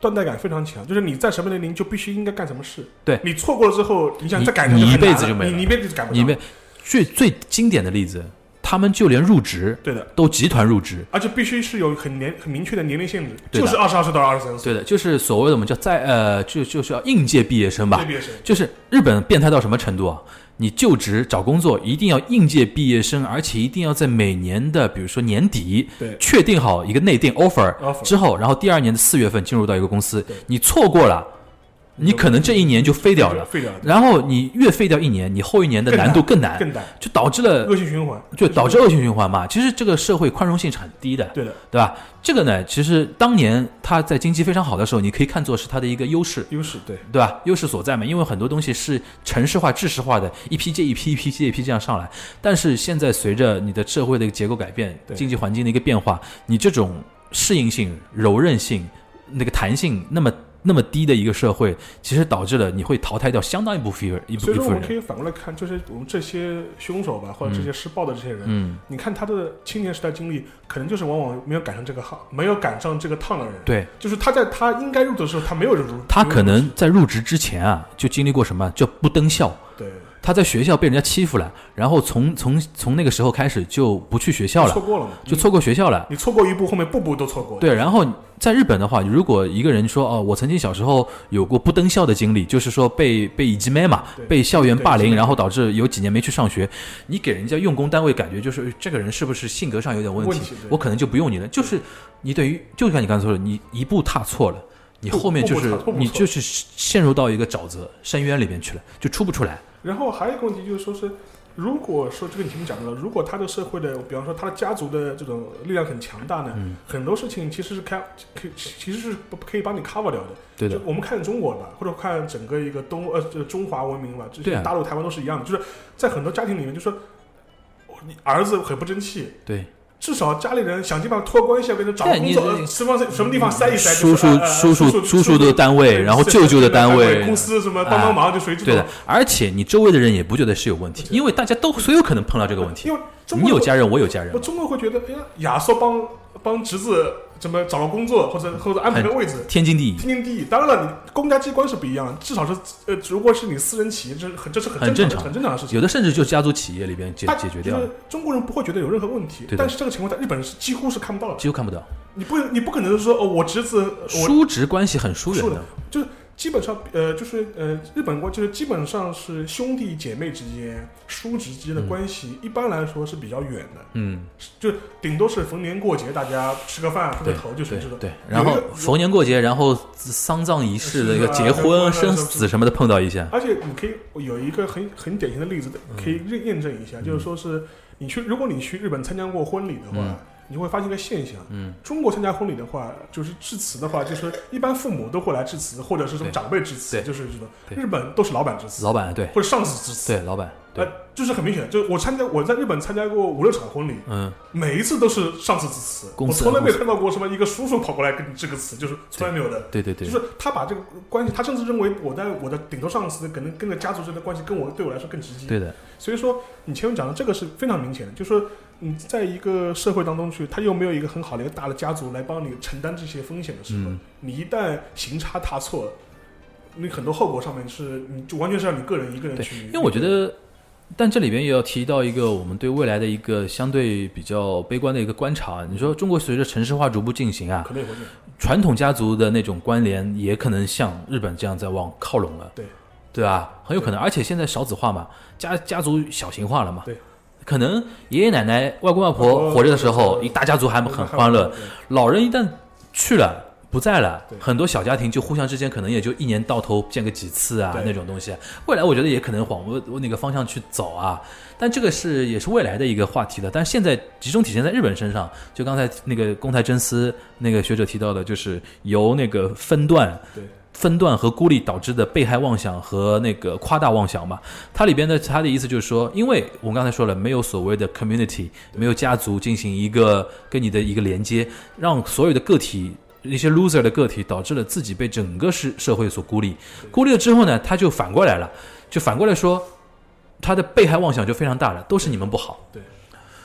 断代感非常强，就是你在什么年龄就必须应该干什么事。 对， 你错过了之后，你想再改， 你一辈子就没了， 你一辈子就改不到。 你最最经典的例子，他们就连入职， 对的， 都集团入职， 而且必须是有很年很明确的年龄限制，就是二十二岁到二十三岁。 对的，就是所谓的我们叫在呃，就就是要应届毕业生吧。 毕业生就是日本变态到什么程度啊？你就职找工作一定要应届毕业生，而且一定要在每年的比如说年底确定好一个内定 offer, offer 之后，然后第二年的四月份进入到一个公司，你错过了。你可能这一年就废掉了， 废掉了， 然后你越废掉一年，你后一年的难度更难， 更难， 就导致了恶性循环， 就导致恶性循环嘛。其实这个社会宽容性是很低的， 对的， 对吧？这个呢，其实当年它在经济非常好的时候，你可以看作是它的一个优势， 优势，对， 对吧？优势所在嘛，因为很多东西是城市化、制式化的，一批接一批，一批接一批这样上来。但是现在随着你的社会的一个结构改变，经济环境的一个变化，你这种适应性、柔韧性、那个弹性，那么。那么低的一个社会，其实导致了你会淘汰掉相当一部分人。 所以说，我们可以反过来看，就是我们这些凶手吧，或者这些施暴的这些人，嗯，你看他的青年时代经历，可能就是往往没有赶上这个行，没有赶上这个趟的人。 对， 就是他在他应该入的时候，他没有入。 他可能在入职之前啊，就经历过什么叫不登校。 对。 他在学校被人家欺负了，然后从从从那个时候开始就不去学校了， 错过了嘛， 就错过学校了。 你错过一步，后面步步都错过。 对，然后在日本的话，如果一个人说哦，我曾经小时候有过不登校的经历，就是说被被以及妹嘛，被校园霸凌，然后导致有几年没去上学，你给人家用工单位感觉就是这个人是不是性格上有点问题， 问题我可能就不用你了。就是你对于就像你刚才说的，你一步踏错了。你后面就是你就是陷入到一个沼泽深渊里面去了，就出不出来。 然后还有一个问题就是说是，如果说这个你前面讲到了，如果他的社会的，比方说他的家族的这种力量很强大呢，嗯、很多事情其实是开，可其实是可以帮你 cover 掉的。 对的。 就我们看中国吧，或者看整个一个东呃中华文明吧，这些大陆、台湾都是一样的，就是在很多家庭里面，就说你儿子很不争气。 对。 至少家里人想尽办法托关系，给他找工作，什么什么地方塞一塞， 叔叔、 呃、 叔叔、 叔叔的单位，然后舅舅的单位， 公司什么帮帮忙，就谁知道？ 对的，而且你周围的人也不觉得是有问题，因为大家都所有可能碰到这个问题。 因为你有家人，我有家人， 我中国会觉得，哎呀，亚瑟帮帮侄子怎么找个工作，或者或者安排个位置， 天经地义， 天经地义。当然了，你公家机关是不一样的，至少是呃，如果是你私人企业，这很这是很正常很正常的事情。 有的甚至就家族企业里边解解决掉了。 中国人不会觉得有任何问题，但是这个情况在日本是几乎是看不到的， 几乎看不到。 你不你不可能说哦，我侄子叔侄关系很疏远的， 就是基本上呃就是呃日本国就是基本上是兄弟姐妹之间、叔侄之间的关系，嗯、一般来说是比较远的。嗯，就顶多是逢年过节大家吃个饭、磕个头，就是这种。 对，然后逢年过节，然后丧葬仪式的一个结婚、生死什么的碰到一下。 而且你可以有一个很很典型的例子，可以验证一下，嗯、就是说是你去，如果你去日本参加过婚礼的话。嗯你会发现一个现象，嗯，中国参加婚礼的话，就是致辞的话，就是一般父母都会来致辞，或者是什么长辈致辞，就是这种。日本都是老板致辞， 老板对， 或者上司致辞， 对，老板对， 呃，就是很明显，就是我参加我在日本参加过五六场婚礼，嗯，每一次都是上司致辞，我从来没有看到过什么一个叔叔跑过来跟你致个词，就是从来没有的。 对对对， 就是他把这个关系，他甚至认为我在我的顶头上司可能跟着家族之间的关系跟我对我来说更直接。 对的， 所以说你前面讲的这个是非常明显的，就是说。你在一个社会当中去，他又没有一个很好的一个大的家族来帮你承担这些风险的时候，嗯、你一旦行差踏错，你很多后果上面是你就完全是让你个人一个人去。 因为我觉得，但这里边也要提到一个我们对未来的一个相对比较悲观的一个观察。你说中国随着城市化逐步进行啊， 可能也会传统家族的那种关联也可能像日本这样在往靠拢了， 对对吧？很有可能，而且现在少子化嘛，家家族小型化了嘛， 对。 可能爷爷奶奶、外公外婆活着的时候，一大家族还很欢乐。老人一旦去了、不在了，很多小家庭就互相之间可能也就一年到头见个几次啊，那种东西。未来我觉得也可能往那个方向去走啊。但这个是也是未来的一个话题了。但现在集中体现在日本身上，就刚才那个宫台真司那个学者提到的，就是由那个分段。 对。 分段和孤立导致的被害妄想和那个夸大妄想嘛，它里边的它的意思就是说，因为我们刚才说了，没有所谓的 community， 没有家族进行一个跟你的一个连接，让所有的个体一些 loser 的个体导致了自己被整个社社会所孤立，孤立了之后呢，他就反过来了，就反过来说，他的被害妄想就非常大了，都是你们不好。 对。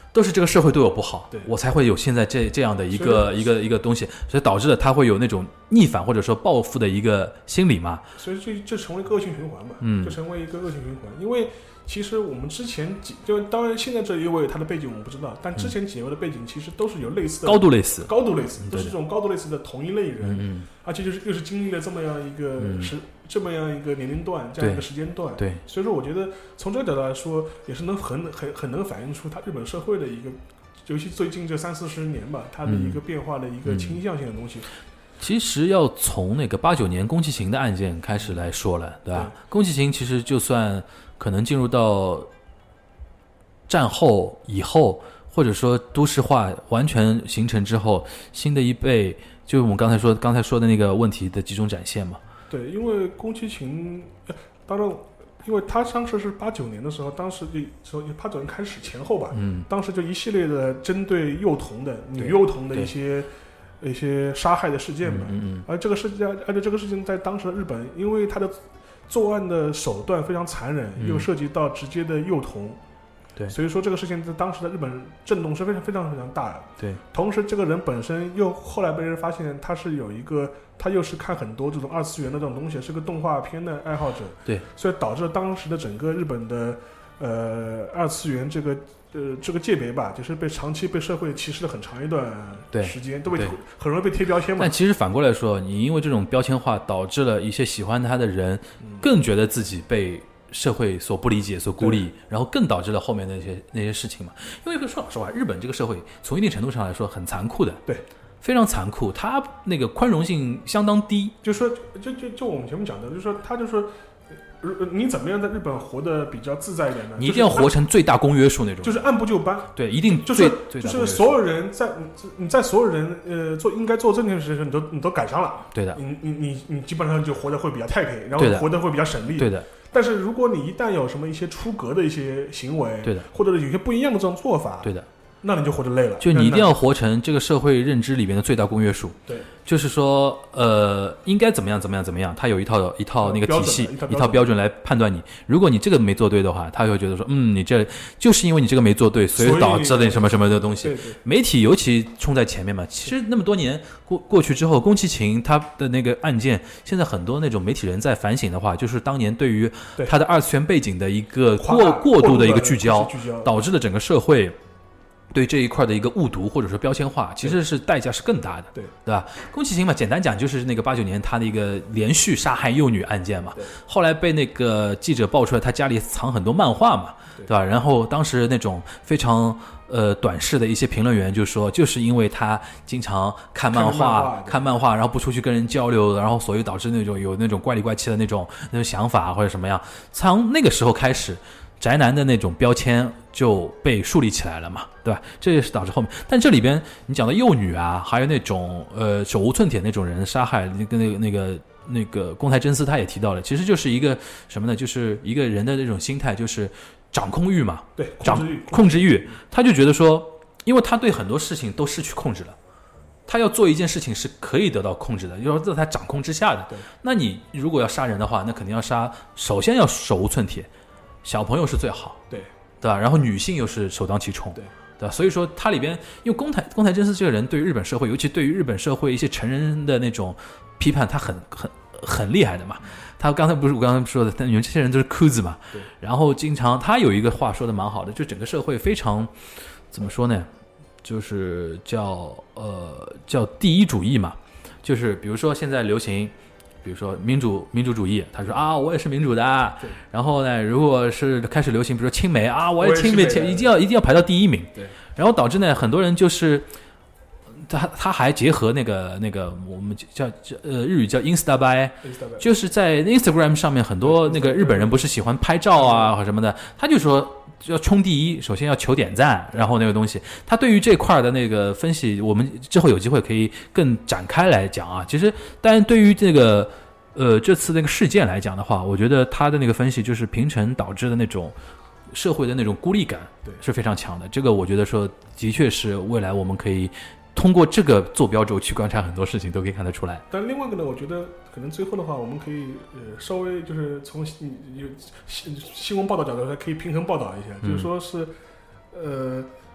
都是这个社会对我不好， 对我才会有现在这这样的一个一个一个东西，所以导致了他会有那种逆反或者说报复的一个心理嘛。 所以这这成为一个恶性循环嘛， 嗯， 就成为一个恶性循环。因为其实我们之前几，就当然现在这一位他的背景我们不知道，但之前几位的背景其实都是有类似的高度类似， 高度类似， 嗯、 都是这种高度类似的同一类人， 嗯， 而且就是又是经历了这么样一个时、嗯、这么样一个年龄段，这样一个时间段， 对， 所以说我觉得从这个角度来说，也是能很很很能反映出他日本社会的一个，尤其最近这三四十年吧，它的一个变化的一个倾向性的东西。嗯嗯其实要从那个八九年宫崎勤的案件开始来说了，对吧？宫崎勤其实就算可能进入到战后以后，或者说都市化完全形成之后，新的一辈就是我们刚才说刚才说的那个问题的几种展现嘛。 对，因为宫崎勤，当然，因为他当时是八九年的时候，当时就说八九年开始前后吧，嗯，当时就一系列的针对幼童的女幼童的一些。一些杀害的事件嘛，嗯嗯而这个事件，而且这个事情在当时的日本，因为它的作案的手段非常残忍，嗯、又涉及到直接的幼童， 对， 所以说这个事情在当时的日本震动是非常非常非常大的。 对， 同时这个人本身又后来被人发现他是有一个，他又是看很多这种二次元的这种东西，是个动画片的爱好者，对，所以导致了当时的整个日本的呃二次元这个。呃，这个界别吧，就是被长期被社会歧视了很长一段时间，都被很容易被贴标签嘛。 但其实反过来说，你因为这种标签化，导致了一些喜欢他的人更觉得自己被社会所不理解、所孤立，然后更导致了后面的那些那些事情嘛。因为说老实话，日本这个社会从一定程度上来说很残酷的， 对， 非常残酷，它那个宽容性相当低。 就说，就就就我们前面讲的，就是说，他就说。你怎么样在日本活得比较自在一点呢？ 你一定要活成最大公约数那种， 就是按部就班。 对，一定就是就是所有人在你在所有人呃做应该做正确的事情，你都你都赶上了。 对的， 你你你你基本上就活得会比较太平，然后活得会比较省力。 对的。 但是如果你一旦有什么一些出格的一些行为， 对的， 或者有些不一样的这种做法， 对的。 那你就活得累了， 就你一定要活成这个社会认知里面的最大公约数。 对， 就是说，呃，应该怎么样怎么样怎么样，它有一套一套那个体系，一套标准来判断你。如果你这个没做对的话，他会觉得说，嗯，你这就是因为你这个没做对，所以导致了什么什么的东西。 对对， 媒体尤其冲在前面嘛。其实那么多年过过去之后，宫崎勤他的那个案件，现在很多那种媒体人在反省的话，就是当年对于他的二次元背景的一个过过度的一个聚焦，导致了整个社会。对这一块的一个误读或者说标签化，其实是代价是更大的， 对对吧？宫崎勤嘛，简单讲就是那个八九年他的一个连续杀害幼女案件嘛，后来被那个记者爆出来他家里藏很多漫画嘛， 对, 对吧？然后当时那种非常呃短视的一些评论员就说，就是因为他经常看漫画，看漫画, 看漫画然后不出去跟人交流，然后所以导致那种有那种怪里怪气的那种那种想法或者什么样，从那个时候开始。宅男的那种标签就被树立起来了嘛，对吧？这也是导致后面，但这里边你讲的幼女啊，还有那种呃手无寸铁那种人杀害，那个那个那个那个宫台真司他也提到了，其实就是一个什么呢？就是一个人的那种心态，就是掌控欲嘛， 对， 掌控制欲， 控制欲，他就觉得说，因为他对很多事情都失去控制了。他要做一件事情是可以得到控制的，要在他掌控之下的。那你如果要杀人的话，那肯定要杀，首先要手无寸铁。小朋友是最好， 对对吧？然后女性又是首当其冲， 对对吧？所以说它里边，因为宫台宫台真司这个人对于日本社会，尤其对于日本社会一些成人的那种批判，他很很很厉害的嘛。他刚才不是我刚才说的，但你们这些人都是裤子嘛。 对。 然后经常他有一个话说的蛮好的，就整个社会非常怎么说呢？就是叫呃叫第一主义嘛，就是比如说现在流行。比如说民主民主主义，他说啊，我也是民主的。然后呢，如果是开始流行，比如说亲美啊，我也亲美，一定要一定要排到第一名。 对。 然后导致呢，很多人就是他他还结合那个那个我们叫呃日语叫 Instagram， 就是在 Instagram 上面很多那个日本人不是喜欢拍照啊或什么的，他就说。要冲第一，首先要求点赞，然后那个东西，他对于这块的那个分析，我们之后有机会可以更展开来讲啊。其实，但是对于这个呃这次那个事件来讲的话，我觉得他的那个分析就是平成导致的那种社会的那种孤立感， 对， 是非常强的。这个我觉得说的确是未来我们可以通过这个坐标轴去观察很多事情，都可以看得出来。 但另外一个呢，我觉得可能最后的话，我们可以呃稍微就是从新新闻报道角度来可以平衡报道一下，嗯、就是说是呃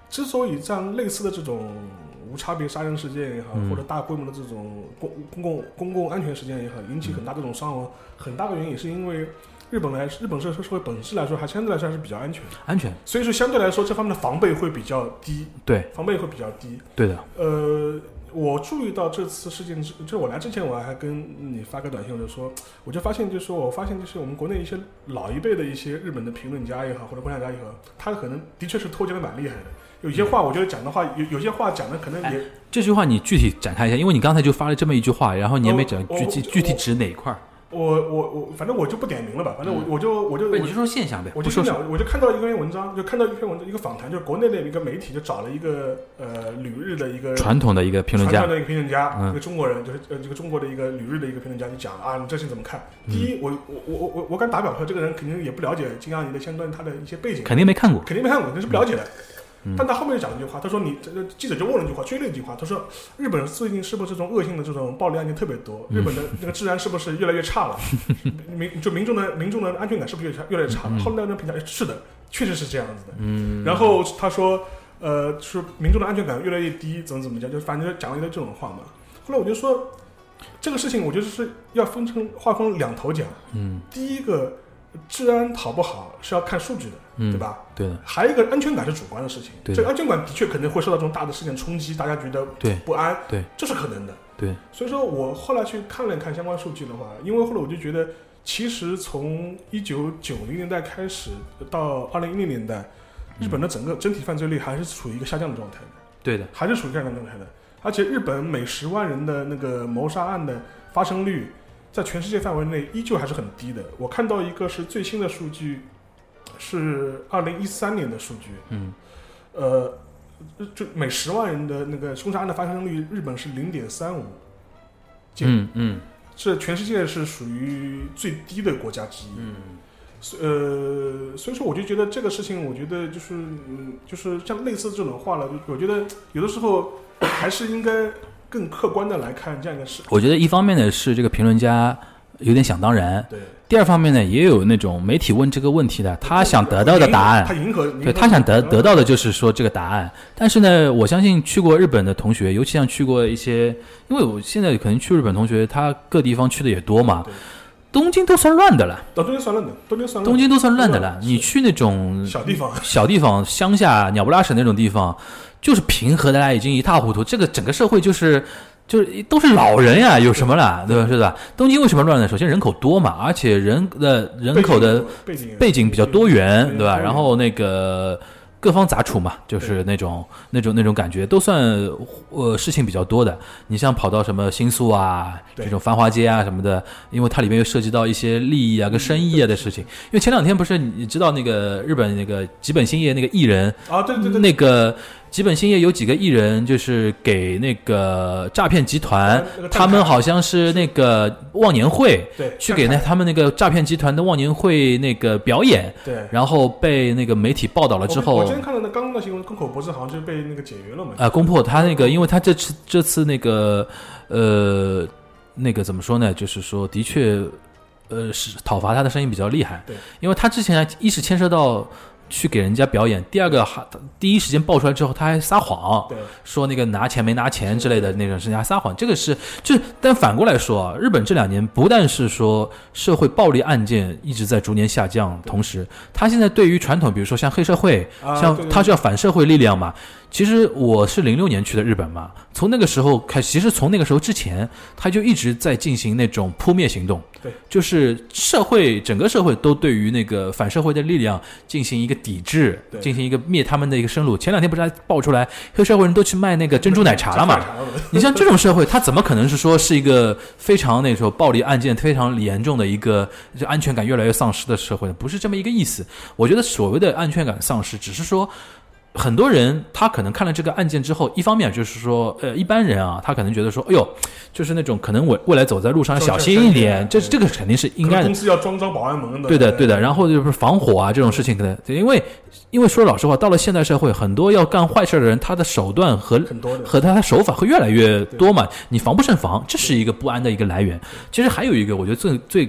之所以像类似的这种无差别杀人事件也好， 嗯、 或者大规模的这种公公共公共安全事件也好，引起很大这种伤亡，很大的原因也是因为日本来日本社社会本质来说还相对来说还是比较安全的， 安全， 所以说相对来说这方面的防备会比较低， 对， 防备会比较低， 对的， 呃。我注意到这次事件之，就是我来之前我还跟你发个短信，我就说，我就发现就是说我发现就是我们国内一些老一辈的一些日本的评论家也好，或者观察家也好，他可能的确是偷奸的蛮厉害的。有些话我觉得讲的话，有有些话讲的可能也、哎。 这句话你具体展开一下，因为你刚才就发了这么一句话，然后你也没讲具体具体指哪一块。 我我我，反正我就不点名了吧，反正我我就我就我就说现象呗， 我就讲，我就看到一篇文章，就看到一篇文章，一个访谈，就是国内的一个媒体就找了一个呃旅日的一个传统的一个评论家， 传统的一个评论家， 嗯、 一个中国人，就是呃这个中国的一个旅日的一个评论家，就讲啊，你这事怎么看？第一，我我我我我敢打表说，这个人肯定也不了解金阿尼的相关他的一些背景， 肯定没看过， 肯定没看过，那是不了解的。 嗯、 但他后面就讲了一句话，他说你这个记者就问了一句话，追了一句话，他说日本最近是不是这种恶性的这种暴力案件特别多？日本的那个治安是不是越来越差了？民就民众的民众的安全感是不是越越来越差了？后来那人评价是的，确实是这样子的。 嗯， 然后他说，呃，说民众的安全感越来越低，怎么怎么讲，就反正讲了一堆这种话嘛。后来我就说，这个事情我觉得是要分成划分两头讲。 嗯， 第一个。治安好不好是要看数据的， 嗯、 对吧？ 对的。 还有一个安全感是主观的事情， 对的。 这个安全感的确可能会受到这种大的事件冲击，大家觉得不安， 对， 这是可能的。 对。 所以说我后来去看了看相关数据的话，因为后来我就觉得，其实从一九九零年代开始到二零一零年代，日本的整个整体犯罪率还是处于一个下降的状态的。 对的， 还是处于下降状态的。而且日本每十万人的那个谋杀案的发生率，在全世界范围内依旧还是很低的。我看到一个是最新的数据，是二零一三年的数据， 嗯， 呃，就每十万人的那个凶杀案的发生率，日本是零点三五件， 嗯嗯， 这全世界是属于最低的国家之一， 嗯， 呃，所以说我就觉得这个事情，我觉得就是，嗯，就是像类似这种话了，我觉得有的时候还是应该更客观的来看这样一个事。 我觉得一方面呢是这个评论家有点想当然， 对。 第二方面呢，也有那种媒体问这个问题的，他想得到的答案， 他迎合， 对他想得得到的就是说这个答案。但是呢，我相信去过日本的同学，尤其像去过一些，因为我现在可能去日本同学，他各地方去的也多嘛。东京都算乱的了， 东京算乱的，东京算乱， 东京都算乱的了。你去那种小地方、 小地方、乡下、鸟不拉屎那种地方，就是平和的啦，已经一塌糊涂。这个整个社会就是。就是都是老人呀，有什么了，对吧？是吧？东京为什么乱呢？首先人口多嘛，而且人的人口的背景比较多元，对吧？然后那个各方杂处嘛，就是那种那种那种感觉，都算呃事情比较多的。你像跑到什么新宿啊，这种繁华街啊什么的，因为它里面又涉及到一些利益啊跟生意啊的事情。因为前两天不是你知道那个日本那个吉本兴业那个艺人啊，对对对， 那个。吉本兴业有几个艺人，就是给那个诈骗集团，他们好像是那个忘年会， 对， 去给那他们那个诈骗集团的忘年会那个表演， 对， 然后被那个媒体报道了之后， 我之前看到那刚刚的新闻，宫口博士好像就被那个解约了嘛， 啊、呃，攻破他那个，因为他这次这次那个呃那个怎么说呢，就是说的确呃是讨伐他的声音比较厉害， 对， 因为他之前一是牵涉到。去给人家表演，第二个还第一时间爆出来之后，他还撒谎，说那个拿钱没拿钱之类的那种事情，还撒谎。这个是就是，但反过来说啊，日本这两年不但是说社会暴力案件一直在逐年下降，同时他现在对于传统，比如说像黑社会， 啊、 像他是要反社会力量嘛。其实我是零六年去的日本嘛，从那个时候开始，其实从那个时候之前，他就一直在进行那种扑灭行动， 对， 就是社会整个社会都对于那个反社会的力量进行一个抵制，进行一个灭他们的一个生路。前两天不是还爆出来黑社会人都去卖那个珍珠奶茶了嘛？你像这种社会，他怎么可能是说是一个非常那时候暴力案件非常严重的一个就安全感越来越丧失的社会呢？不是这么一个意思。我觉得所谓的安全感丧失，只是说。很多人他可能看了这个案件之后，一方面就是说，呃，一般人啊，他可能觉得说，哎呦，就是那种可能未未来走在路上要小心一点，这这个肯定是应该的。 公司要装装保安门的。 对的，对的。然后就是防火啊这种事情，可能因为因为说老实话，到了现代社会，很多要干坏事的人，他的手段和和他的手法会越来越多嘛，你防不胜防，这是一个不安的一个来源。其实还有一个，我觉得最最。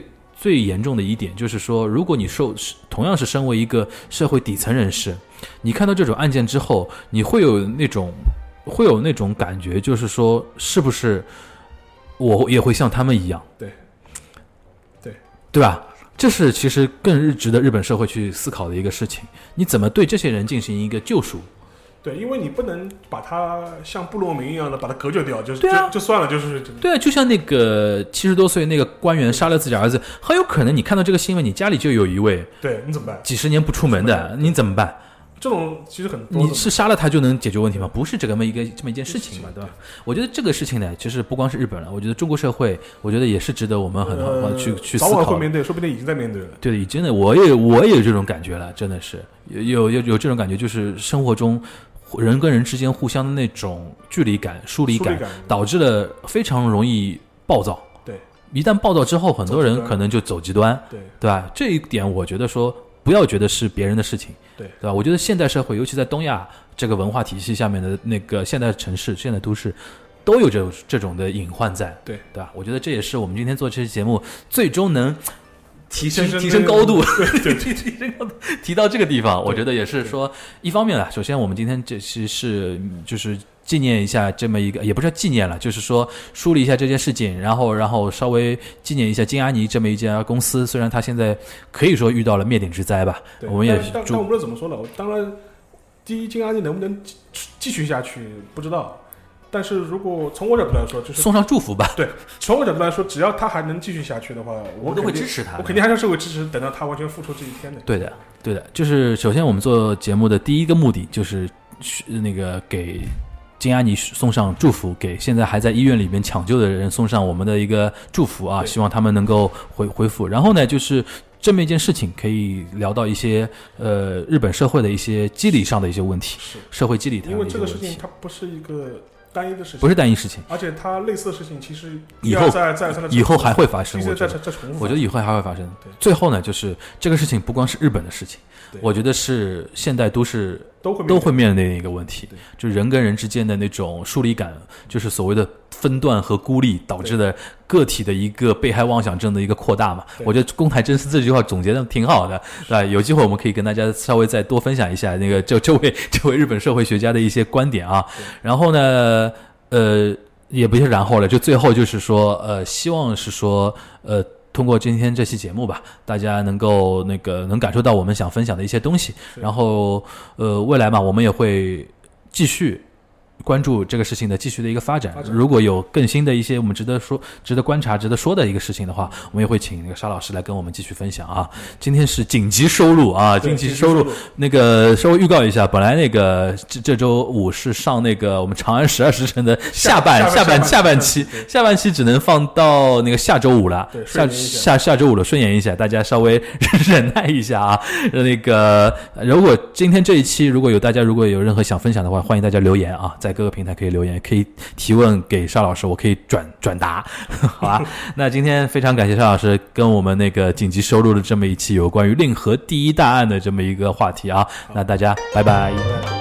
最严重的一点就是说，如果你受同样是身为一个社会底层人士，你看到这种案件之后，你会有那种会有那种感觉，就是说是不是我也会像他们一样？ 对，对， 对吧？这是其实更值得日本社会去思考的一个事情。你怎么对这些人进行一个救赎？ 对，因为你不能把他像布洛明一样的把他隔绝掉，就是、 对啊、 就, 就算了，就是对啊，就像那个七十多岁那个官员杀了自己儿子，很有可能你看到这个新闻，你家里就有一位， 对你怎么办？ 几十年不出门的，你怎么办？ 这种其实很多， 你是杀了他就能解决问题吗？不是这么一个这么一件事情嘛，对吧？我觉得这个事情呢，其实不光是日本了，我觉得中国社会，我觉得也是值得我们很好、呃、去去思考。 早晚会面对，说不定已经在面对了。 对，已经的，我也我也有这种感觉了，真的是有有有有这种感觉，就是生活中人跟人之间互相的那种距离感、疏离感，导致了非常容易暴躁。 对， 一旦暴躁之后，很多人可能就走极端， 对对吧？这一点我觉得说，不要觉得是别人的事情。 对， 对吧？我觉得现代社会，尤其在东亚这个文化体系下面的那个现代城市、现代都市，都有这种这种的隐患在， 对对吧？我觉得这也是我们今天做这期节目最终能提升提升提升高度， 对对提提升高度，提到这个地方，我觉得也是说，一方面啊，首先我们今天这期是就是纪念一下这么一个，也不是纪念了，就是说梳理一下这件事情，然后然后稍微纪念一下金阿尼这么一家公司，虽然他现在可以说遇到了灭顶之灾吧，我们也但但我不知道怎么说了。当然，第一金阿尼能不能继续下去不知道，但是如果从我角度来说，就是送上祝福吧。 对，从我角度来说，只要他还能继续下去的话，我都会支持他， 我肯定还是会支持，等到他完全复出这一天的。 对的，对的，就是首先我们做节目的第一个目的就是那个给金阿尼送上祝福，给现在还在医院里面抢救的人送上我们的一个祝福啊，希望他们能够恢恢复。然后呢，就是这么一件事情可以聊到一些呃日本社会的一些机理上的一些问题，社会机理上的一些问题。 因为这个事情它不是一个单一的事情， 不是单一事情， 而且它类似的事情其实以后再再以后还会发生， 我觉得我觉得以后还会发生。最后呢，就是这个事情不光是日本的事情，我觉得是现代都市都会都会面临的一个问题，就人跟人之间的那种疏离感，就是所谓的分段和孤立导致的个体的一个被害妄想症的一个扩大嘛。我觉得宫台真司这句话总结的挺好的，对吧？有机会我们可以跟大家稍微再多分享一下那个这这位这位日本社会学家的一些观点啊。然后呢，呃，也不是然后了，就最后就是说，呃，希望是说，呃。通过今天这期节目吧，大家能够那个能感受到我们想分享的一些东西，然后呃未来嘛，我们也会继续关注这个事情的继续的一个发展。如果有更新的一些我们值得说、值得观察、值得说的一个事情的话，我们也会请那个沙老师来跟我们继续分享啊。今天是紧急收录啊，紧急收录。那个稍微预告一下，本来那个这这周五是上那个我们长安十二时辰的下半下半下半期，下半期只能放到那个下周五了，下下下周五了，顺延一下，大家稍微忍耐一下啊。那个如果今天这一期如果有大家如果有任何想分享的话，欢迎大家留言啊。在各个平台可以留言，可以提问给沙老师，我可以转转达，好吧？那今天非常感谢沙老师跟我们那个紧急收录的这么一期有关于令和第一大案的这么一个话题啊，那大家拜拜。